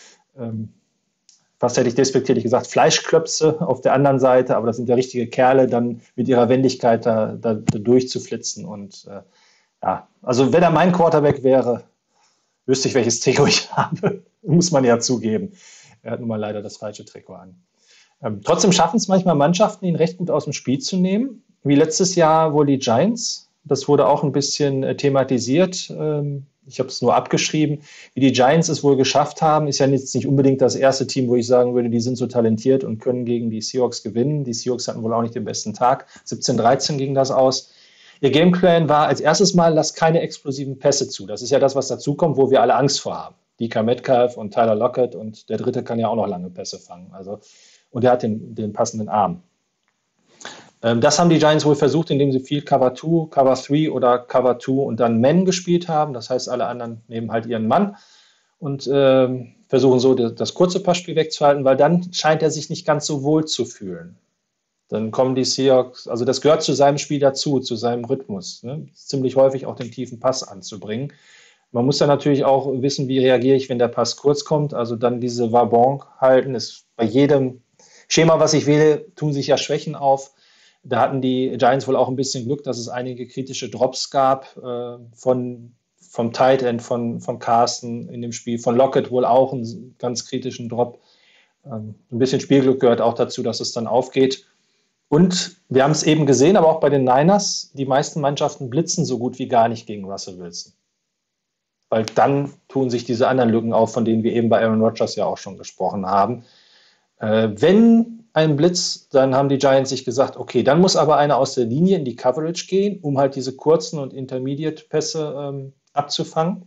fast hätte ich despektierlich gesagt, Fleischklöpse auf der anderen Seite, aber das sind ja richtige Kerle, dann mit ihrer Wendigkeit da durchzuflitzen. Und ja, also wenn er mein Quarterback wäre, wüsste ich, welches Trikot ich habe. Muss man ja zugeben. Er hat nun mal leider das falsche Trikot an. Trotzdem schaffen es manchmal Mannschaften, ihn recht gut aus dem Spiel zu nehmen. Wie letztes Jahr wohl die Giants. Das wurde auch ein bisschen thematisiert. Ich habe es nur abgeschrieben. Wie die Giants es wohl geschafft haben, ist ja jetzt nicht unbedingt das erste Team, wo ich sagen würde, die sind so talentiert und können gegen die Seahawks gewinnen. Die Seahawks hatten wohl auch nicht den besten Tag. 17-13 ging das aus. Ihr Gameplan war als erstes Mal, lasst keine explosiven Pässe zu. Das ist ja das, was dazukommt, wo wir alle Angst vor haben. DK Metcalf und Tyler Lockett und der dritte kann ja auch noch lange Pässe fangen. Also, und er hat den passenden Arm. Das haben die Giants wohl versucht, indem sie viel Cover 2, Cover 3 oder Cover 2 und dann Man gespielt haben. Das heißt, alle anderen nehmen halt ihren Mann und versuchen so das kurze Passspiel wegzuhalten, weil dann scheint er sich nicht ganz so wohl zu fühlen. Dann kommen die Seahawks, also das gehört zu seinem Spiel dazu, zu seinem Rhythmus, ne? Ziemlich häufig auch den tiefen Pass anzubringen. Man muss dann natürlich auch wissen, wie reagiere ich, wenn der Pass kurz kommt. Also dann diese Wabonk halten, ist bei jedem Schema, was ich wähle, tun sich ja Schwächen auf. Da hatten die Giants wohl auch ein bisschen Glück, dass es einige kritische Drops gab vom Tight End von Carson in dem Spiel, von Lockett wohl auch einen ganz kritischen Drop. Ein bisschen Spielglück gehört auch dazu, dass es dann aufgeht. Und wir haben es eben gesehen, aber auch bei den Niners, die meisten Mannschaften blitzen so gut wie gar nicht gegen Russell Wilson. Weil dann tun sich diese anderen Lücken auf, von denen wir eben bei Aaron Rodgers ja auch schon gesprochen haben. Wenn ein Blitz, dann haben die Giants sich gesagt, okay, dann muss aber einer aus der Linie in die Coverage gehen, um halt diese kurzen und Intermediate-Pässe abzufangen.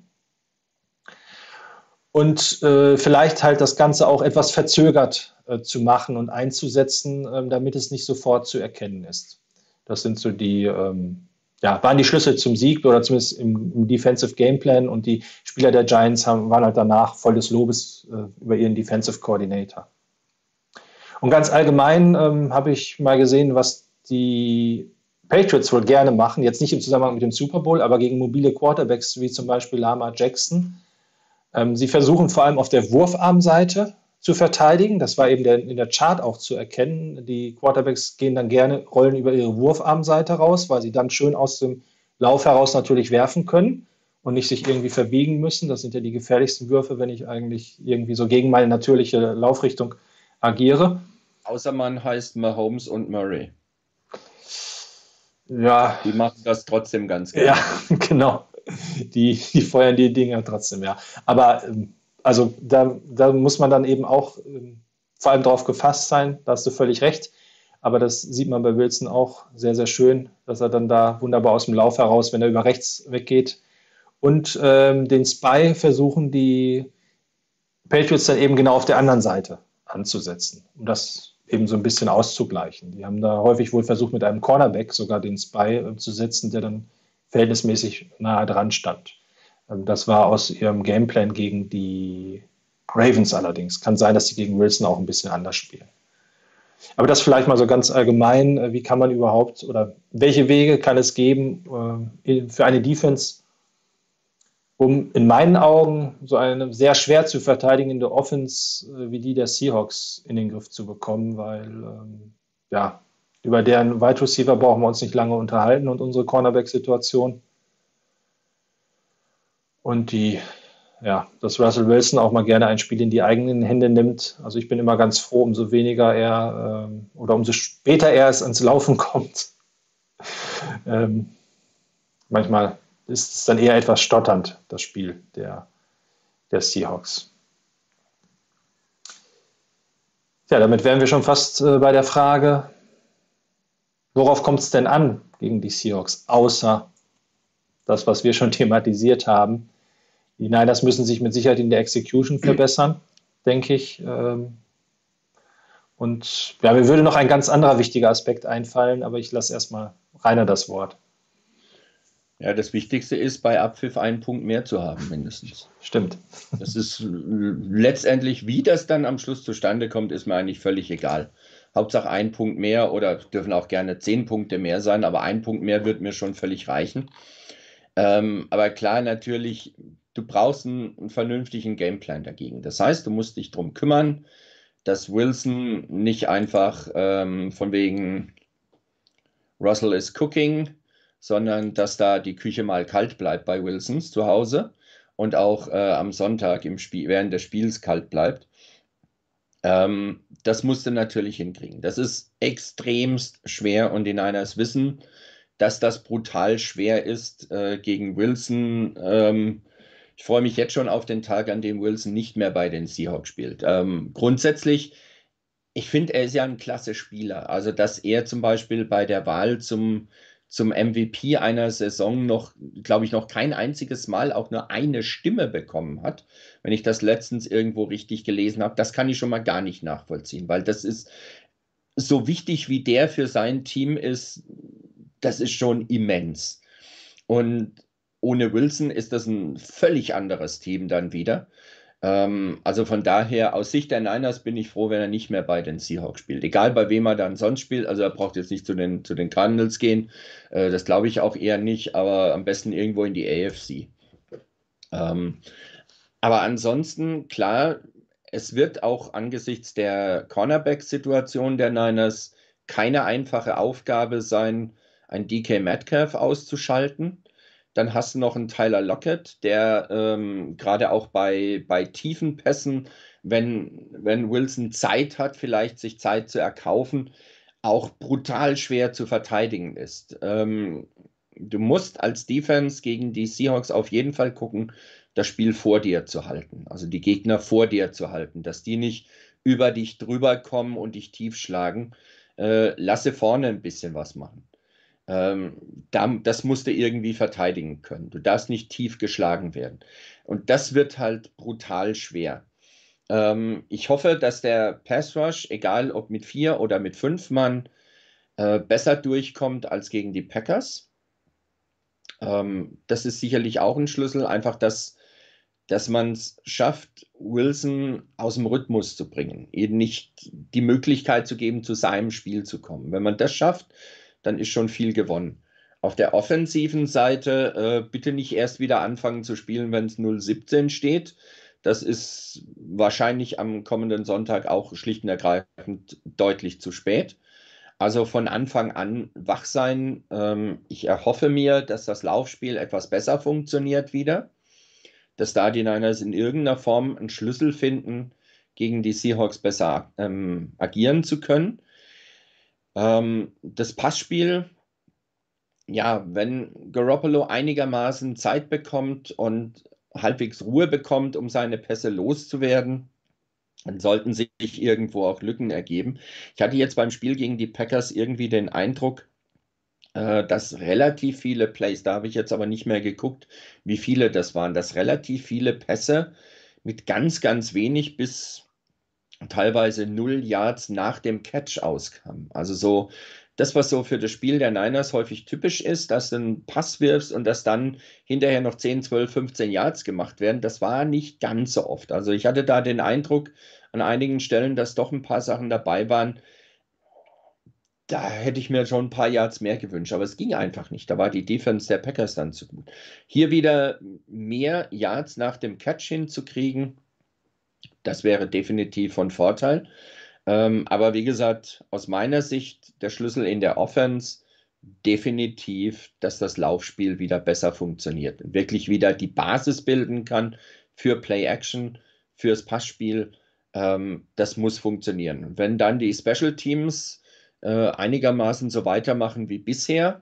Und vielleicht halt das Ganze auch etwas verzögert zu machen und einzusetzen, damit es nicht sofort zu erkennen ist. Das sind so die, waren die Schlüssel zum Sieg oder zumindest im Defensive Gameplan, und die Spieler der Giants waren halt danach voll des Lobes über ihren Defensive Coordinator. Und ganz allgemein habe ich mal gesehen, was die Patriots wohl gerne machen, jetzt nicht im Zusammenhang mit dem Super Bowl, aber gegen mobile Quarterbacks wie zum Beispiel Lamar Jackson. Sie versuchen vor allem auf der Wurfarmseite zu verteidigen. Das war eben in der Chart auch zu erkennen. Die Quarterbacks gehen dann gerne, rollen über ihre Wurfarmseite raus, weil sie dann schön aus dem Lauf heraus natürlich werfen können und nicht sich irgendwie verbiegen müssen. Das sind ja die gefährlichsten Würfe, wenn ich eigentlich irgendwie so gegen meine natürliche Laufrichtung agiere. Außer man heißt Mahomes und Murray. Ja. Die machen das trotzdem ganz gerne. Ja, genau. Die feuern die Dinger trotzdem, ja. Aber also da muss man dann eben auch vor allem drauf gefasst sein, da hast du völlig recht. Aber das sieht man bei Wilson auch sehr, sehr schön, dass er dann da wunderbar aus dem Lauf heraus, wenn er über rechts weggeht. Und den Spy versuchen die Patriots dann eben genau auf der anderen Seite anzusetzen, um das eben so ein bisschen auszugleichen. Die haben da häufig wohl versucht, mit einem Cornerback sogar den Spy zu setzen, der dann verhältnismäßig nahe dran stand. Das war aus ihrem Gameplan gegen die Ravens allerdings. Kann sein, dass sie gegen Wilson auch ein bisschen anders spielen. Aber das vielleicht mal so ganz allgemein, wie kann man überhaupt oder welche Wege kann es geben für eine Defense, um in meinen Augen so eine sehr schwer zu verteidigende Offense wie die der Seahawks in den Griff zu bekommen, weil ja, über deren Wide Receiver brauchen wir uns nicht lange unterhalten und unsere Cornerback-Situation. Und dass Russell Wilson auch mal gerne ein Spiel in die eigenen Hände nimmt. Also ich bin immer ganz froh, umso weniger er oder umso später er es ans Laufen kommt. Manchmal ist es dann eher etwas stotternd, das Spiel der Seahawks. Ja, damit wären wir schon fast bei der Frage, worauf kommt es denn an gegen die Seahawks, außer das, was wir schon thematisiert haben. Die Niners müssen sich mit Sicherheit in der Execution verbessern, denke ich. Und ja, mir würde noch ein ganz anderer wichtiger Aspekt einfallen, aber ich lasse erstmal Rainer das Wort. Ja, das Wichtigste ist, bei Abpfiff einen Punkt mehr zu haben, mindestens. Stimmt. Das ist letztendlich, wie das dann am Schluss zustande kommt, ist mir eigentlich völlig egal. Hauptsache ein Punkt mehr oder dürfen auch gerne 10 Punkte mehr sein, aber ein Punkt mehr wird mir schon völlig reichen. Aber klar, natürlich, du brauchst einen vernünftigen Gameplan dagegen. Das heißt, du musst dich darum kümmern, dass Wilson nicht einfach von wegen Russell is cooking, sondern dass da die Küche mal kalt bleibt bei Wilsons zu Hause und auch am Sonntag während des Spiels kalt bleibt. Das musst du natürlich hinkriegen. Das ist extremst schwer und die Niners wissen, dass das brutal schwer ist gegen Wilson. Ich freue mich jetzt schon auf den Tag, an dem Wilson nicht mehr bei den Seahawks spielt. Grundsätzlich, ich finde, er ist ja ein klasse Spieler. Also, dass er zum Beispiel bei der Wahl zum MVP einer Saison glaube ich, noch kein einziges Mal auch nur eine Stimme bekommen hat, wenn ich das letztens irgendwo richtig gelesen habe, das kann ich schon mal gar nicht nachvollziehen, weil das ist so wichtig, wie der für sein Team ist, das ist schon immens. Und ohne Wilson ist das ein völlig anderes Team dann wieder. Also von daher, aus Sicht der Niners bin ich froh, wenn er nicht mehr bei den Seahawks spielt. Egal bei wem er dann sonst spielt. Also er braucht jetzt nicht zu den Cardinals gehen. Das glaube ich auch eher nicht, aber am besten irgendwo in die AFC. Aber ansonsten, klar, es wird auch angesichts der Cornerback-Situation der Niners keine einfache Aufgabe sein, ein DK Metcalf auszuschalten. Dann hast du noch einen Tyler Lockett, der gerade auch bei tiefen Pässen, wenn Wilson Zeit hat, vielleicht sich Zeit zu erkaufen, auch brutal schwer zu verteidigen ist. Du musst als Defense gegen die Seahawks auf jeden Fall gucken, das Spiel vor dir zu halten, also die Gegner vor dir zu halten, dass die nicht über dich drüber kommen und dich tief schlagen. Lasse vorne ein bisschen was machen. Das musst du irgendwie verteidigen können. Du darfst nicht tief geschlagen werden. Und das wird halt brutal schwer. Ich hoffe, dass der Pass Rush, egal ob mit 4 oder mit 5 Mann, besser durchkommt als gegen die Packers. Das ist sicherlich auch ein Schlüssel, einfach, dass man es schafft, Wilson aus dem Rhythmus zu bringen, eben nicht die Möglichkeit zu geben, zu seinem Spiel zu kommen. Wenn man das schafft, dann ist schon viel gewonnen. Auf der offensiven Seite bitte nicht erst wieder anfangen zu spielen, wenn es 0-17 steht. Das ist wahrscheinlich am kommenden Sonntag auch schlicht und ergreifend deutlich zu spät. Also von Anfang an wach sein. Ich erhoffe mir, dass das Laufspiel etwas besser funktioniert wieder, dass da die Niners in irgendeiner Form einen Schlüssel finden, gegen die Seahawks besser agieren zu können. Das Passspiel, ja, wenn Garoppolo einigermaßen Zeit bekommt und halbwegs Ruhe bekommt, um seine Pässe loszuwerden, dann sollten sich irgendwo auch Lücken ergeben. Ich hatte jetzt beim Spiel gegen die Packers irgendwie den Eindruck, dass relativ viele Plays, da habe ich jetzt aber nicht mehr geguckt, wie viele das waren, dass relativ viele Pässe mit ganz, ganz wenig bis teilweise 0 Yards nach dem Catch auskamen. Also so das, was so für das Spiel der Niners häufig typisch ist, dass du einen Pass wirfst und dass dann hinterher noch 10, 12, 15 Yards gemacht werden, das war nicht ganz so oft. Also ich hatte da den Eindruck an einigen Stellen, dass doch ein paar Sachen dabei waren, da hätte ich mir schon ein paar Yards mehr gewünscht, aber es ging einfach nicht. Da war die Defense der Packers dann zu gut. Hier wieder mehr Yards nach dem Catch hinzukriegen, das wäre definitiv von Vorteil. Aber wie gesagt, aus meiner Sicht der Schlüssel in der Offense definitiv, dass das Laufspiel wieder besser funktioniert und wirklich wieder die Basis bilden kann für Play-Action, fürs Passspiel. Das muss funktionieren. Wenn dann die Special Teams einigermaßen so weitermachen wie bisher,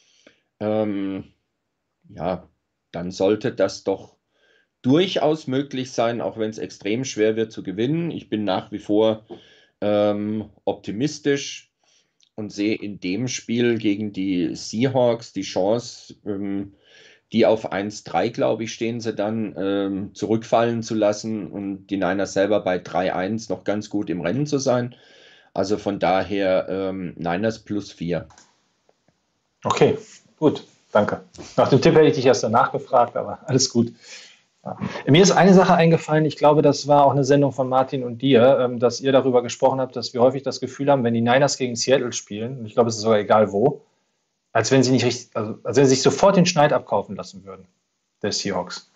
ja, dann sollte das doch durchaus möglich sein, auch wenn es extrem schwer wird zu gewinnen. Ich bin nach wie vor optimistisch und sehe in dem Spiel gegen die Seahawks die Chance, die auf 1-3, glaube ich, stehen sie dann, zurückfallen zu lassen und die Niners selber bei 3-1 noch ganz gut im Rennen zu sein. Also von daher Niners +4. Okay, gut, danke. Nach dem Tipp hätte ich dich erst danach gefragt, aber alles gut. Ja. Mir ist eine Sache eingefallen, ich glaube, das war auch eine Sendung von Martin und dir, dass ihr darüber gesprochen habt, dass wir häufig das Gefühl haben, wenn die Niners gegen Seattle spielen, und ich glaube, es ist sogar egal wo, als wenn sie nicht richtig, also als wenn sie sich sofort den Schneid abkaufen lassen würden, der Seahawks.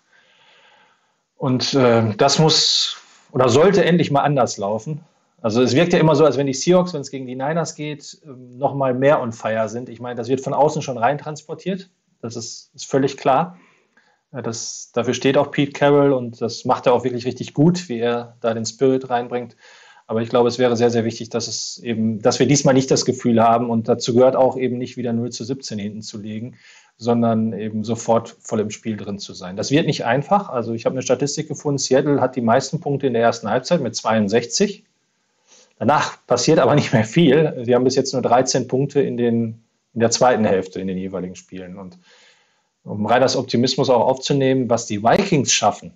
Und das muss oder sollte endlich mal anders laufen. Also es wirkt ja immer so, als wenn die Seahawks, wenn es gegen die Niners geht, nochmal mehr on fire sind. Ich meine, das wird von außen schon rein transportiert. Das ist völlig klar. Dafür steht auch Pete Carroll und das macht er auch wirklich richtig gut, wie er da den Spirit reinbringt. Aber ich glaube, es wäre sehr, sehr wichtig, dass wir diesmal nicht das Gefühl haben, und dazu gehört auch eben nicht wieder 0-17 hinten zu liegen, sondern eben sofort voll im Spiel drin zu sein. Das wird nicht einfach. Also ich habe eine Statistik gefunden, Seattle hat die meisten Punkte in der ersten Halbzeit mit 62. Danach passiert aber nicht mehr viel. Sie haben bis jetzt nur 13 Punkte in der zweiten Hälfte in den jeweiligen Spielen. Und um Raiders Optimismus auch aufzunehmen, was die Vikings schaffen.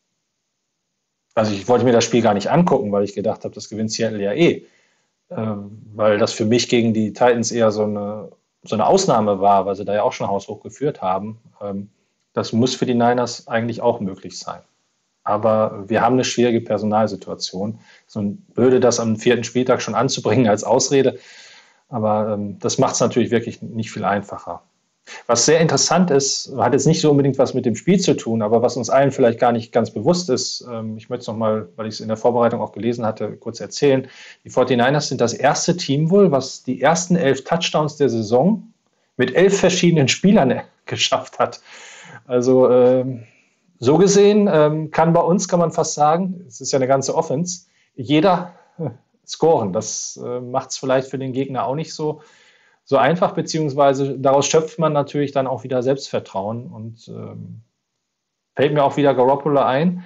Also ich wollte mir das Spiel gar nicht angucken, weil ich gedacht habe, das gewinnt Seattle ja weil das für mich gegen die Titans eher so eine Ausnahme war, weil sie da ja auch schon haushoch geführt haben. Das muss für die Niners eigentlich auch möglich sein. Aber wir haben eine schwierige Personalsituation. So blöde, das am 4. Spieltag schon anzubringen als Ausrede. Aber das macht es natürlich wirklich nicht viel einfacher. Was sehr interessant ist, hat jetzt nicht so unbedingt was mit dem Spiel zu tun, aber was uns allen vielleicht gar nicht ganz bewusst ist, ich möchte es nochmal, weil ich es in der Vorbereitung auch gelesen hatte, kurz erzählen. Die 49ers sind das erste Team wohl, was die ersten 11 Touchdowns der Saison mit 11 verschiedenen Spielern geschafft hat. Also so gesehen kann bei uns, kann man fast sagen, es ist ja eine ganze Offense, jeder scoren. Das macht es vielleicht für den Gegner auch nicht so einfach, beziehungsweise daraus schöpft man natürlich dann auch wieder Selbstvertrauen und fällt mir auch wieder Garoppolo ein.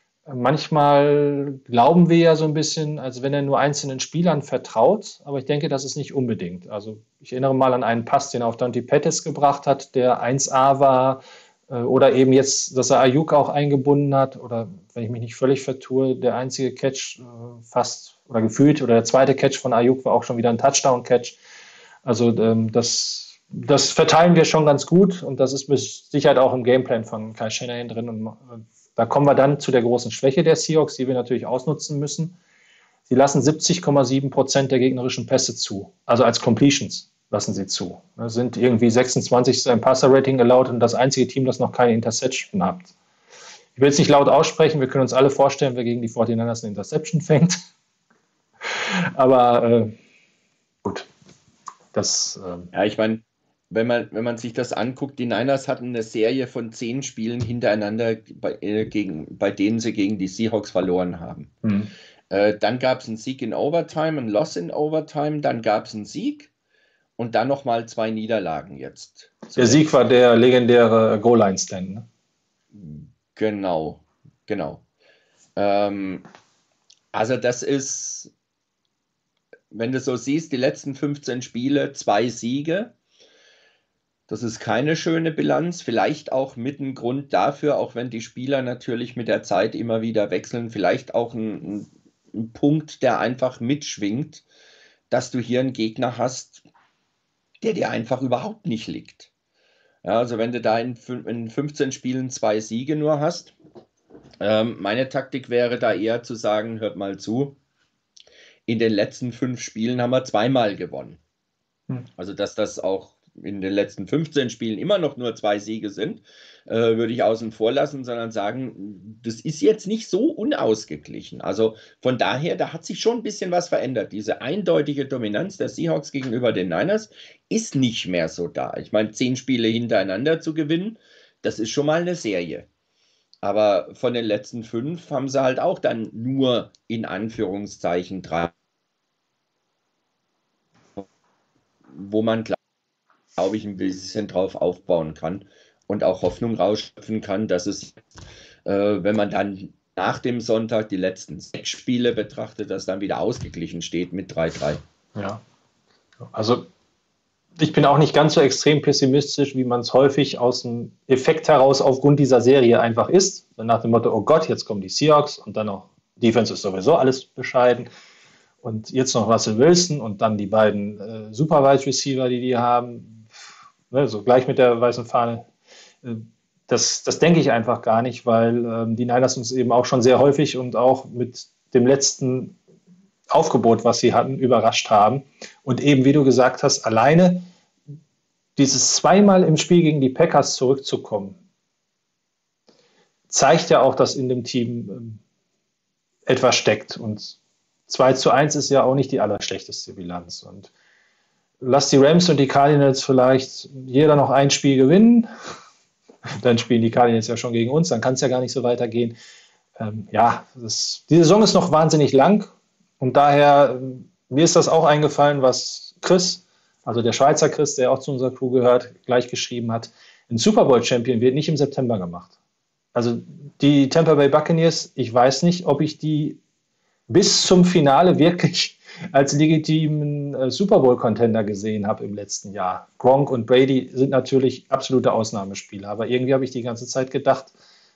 Manchmal glauben wir ja so ein bisschen, als wenn er nur einzelnen Spielern vertraut, aber ich denke, das ist nicht unbedingt. Also ich erinnere mal an einen Pass, den er auf Dante Pettis gebracht hat, der 1A war, oder eben jetzt, dass er Ayuk auch eingebunden hat, oder wenn ich mich nicht völlig vertue, der einzige Catch fast oder gefühlt, oder der zweite Catch von Ayuk war auch schon wieder ein Touchdown-Catch. Also das verteilen wir schon ganz gut und das ist mit Sicherheit auch im Gameplan von Kyle Shanahan drin. Und da kommen wir dann zu der großen Schwäche der Seahawks, die wir natürlich ausnutzen müssen. Sie lassen 70,7% der gegnerischen Pässe zu, also als Completions lassen sie zu. Das sind irgendwie 26. im Passer-Rating allowed und das einzige Team, das noch keine Interception hat. Ich will es nicht laut aussprechen, wir können uns alle vorstellen, wer gegen die 49ers eine Interception fängt. Aber gut. Ja, ich meine, wenn man sich das anguckt, die Niners hatten eine Serie von 10 Spielen hintereinander, bei denen sie gegen die Seahawks verloren haben. Mhm. Dann gab es einen Sieg in Overtime, einen Loss in Overtime, dann gab es einen Sieg und dann nochmal 2 Niederlagen jetzt. Der Sieg war der legendäre Goal-Line-Stand, ne? Genau. Also das ist, wenn du so siehst, die letzten 15 Spiele, 2 Siege. Das ist keine schöne Bilanz. Vielleicht auch mit ein Grund dafür, auch wenn die Spieler natürlich mit der Zeit immer wieder wechseln, vielleicht auch ein Punkt, der einfach mitschwingt, dass du hier einen Gegner hast, der dir einfach überhaupt nicht liegt. Ja, also wenn du da in 15 Spielen 2 Siege nur hast, meine Taktik wäre da eher zu sagen, hört mal zu, in den letzten 5 Spielen haben wir 2-mal gewonnen. Also dass das auch in den letzten 15 Spielen immer noch nur 2 Siege sind, würde ich außen vor lassen, sondern sagen, das ist jetzt nicht so unausgeglichen. Also von daher, da hat sich schon ein bisschen was verändert. Diese eindeutige Dominanz der Seahawks gegenüber den Niners ist nicht mehr so da. Ich meine, 10 Spiele hintereinander zu gewinnen, das ist schon mal eine Serie. Aber von den letzten 5 haben sie halt auch dann nur in Anführungszeichen 3, wo man, glaube ich, ein bisschen drauf aufbauen kann und auch Hoffnung rausschöpfen kann, dass es, wenn man dann nach dem Sonntag die letzten 6 Spiele betrachtet, dass dann wieder ausgeglichen steht mit 3-3. Ja, also ich bin auch nicht ganz so extrem pessimistisch, wie man es häufig aus dem Effekt heraus aufgrund dieser Serie einfach ist. Nach dem Motto, oh Gott, jetzt kommen die Seahawks und dann noch Defense ist sowieso alles bescheiden. Und jetzt noch Russell Wilson und dann die beiden Super-Wide Receiver, die haben, ne, so gleich mit der weißen Fahne. Das denke ich einfach gar nicht, weil die Niners uns eben auch schon sehr häufig und auch mit dem letzten Aufgebot, was sie hatten, überrascht haben. Und eben, wie du gesagt hast, alleine dieses 2-mal im Spiel gegen die Packers zurückzukommen, zeigt ja auch, dass in dem Team etwas steckt. Und 2-1 ist ja auch nicht die allerschlechteste Bilanz. Und lass die Rams und die Cardinals vielleicht jeder noch ein Spiel gewinnen. Dann spielen die Cardinals ja schon gegen uns, dann kann es ja gar nicht so weitergehen. Die Saison ist noch wahnsinnig lang. Und daher, mir ist das auch eingefallen, was Chris, also der Schweizer Chris, der auch zu unserer Crew gehört, gleich geschrieben hat. Ein Super Bowl-Champion wird nicht im September gemacht. Also die Tampa Bay Buccaneers, ich weiß nicht, ob ich die bis zum Finale wirklich als legitimen Super Bowl-Contender gesehen habe im letzten Jahr. Gronk und Brady sind natürlich absolute Ausnahmespieler, aber irgendwie habe ich die ganze Zeit gedacht,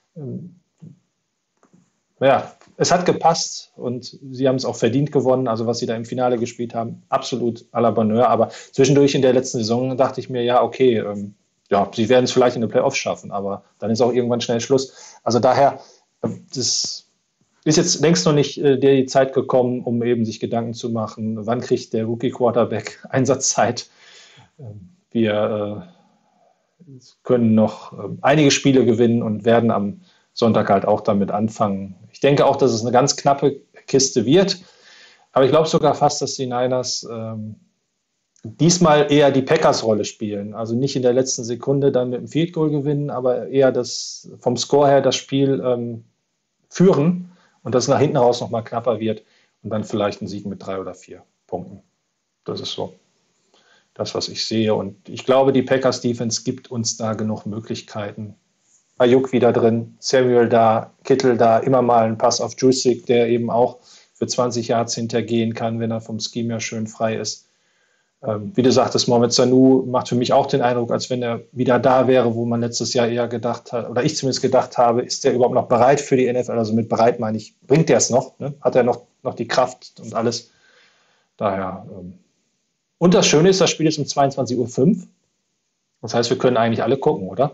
es hat gepasst und sie haben es auch verdient gewonnen. Also was sie da im Finale gespielt haben, absolut à la Bonheur. Aber zwischendurch in der letzten Saison dachte ich mir, ja, okay, sie werden es vielleicht in den Playoffs schaffen, aber dann ist auch irgendwann schnell Schluss. Also daher, das ist jetzt längst noch nicht die Zeit gekommen, um eben sich Gedanken zu machen, wann kriegt der Rookie-Quarterback Einsatzzeit. Wir können noch einige Spiele gewinnen und werden am Sonntag halt auch damit anfangen. Ich denke auch, dass es eine ganz knappe Kiste wird. Aber ich glaube sogar fast, dass die Niners diesmal eher die Packers-Rolle spielen. Also nicht in der letzten Sekunde dann mit dem Field Goal gewinnen, aber eher das vom Score her das Spiel führen und das nach hinten raus nochmal knapper wird und dann vielleicht ein Sieg mit 3 oder 4 Punkten. Das ist so das, was ich sehe. Und ich glaube, die Packers-Defense gibt uns da genug Möglichkeiten. Ayuk wieder drin, Samuel da, Kittel da, immer mal ein Pass auf Juszczyk, der eben auch für 20 Yards hintergehen kann, wenn er vom Scheme ja schön frei ist. Wie du sagtest, Mohamed Sanu macht für mich auch den Eindruck, als wenn er wieder da wäre, wo man letztes Jahr eher gedacht hat, oder ich zumindest gedacht habe, ist der überhaupt noch bereit für die NFL? Also mit bereit meine ich, bringt er es noch? Ne? Hat er noch die Kraft und alles? Daher. Und das Schöne ist, das Spiel ist um 22:05 Uhr. Das heißt, wir können eigentlich alle gucken, oder?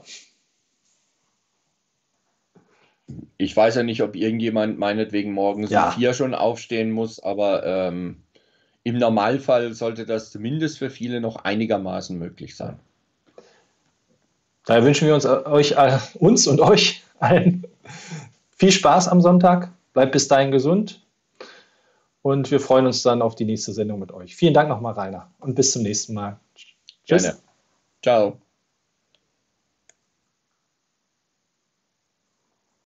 Ich weiß ja nicht, ob irgendjemand meinetwegen morgens um 4 schon aufstehen muss, aber im Normalfall sollte das zumindest für viele noch einigermaßen möglich sein. Daher wünschen wir uns und euch allen viel Spaß am Sonntag. Bleibt bis dahin gesund und wir freuen uns dann auf die nächste Sendung mit euch. Vielen Dank nochmal, Rainer, und bis zum nächsten Mal. Tschüss. Gerne. Ciao.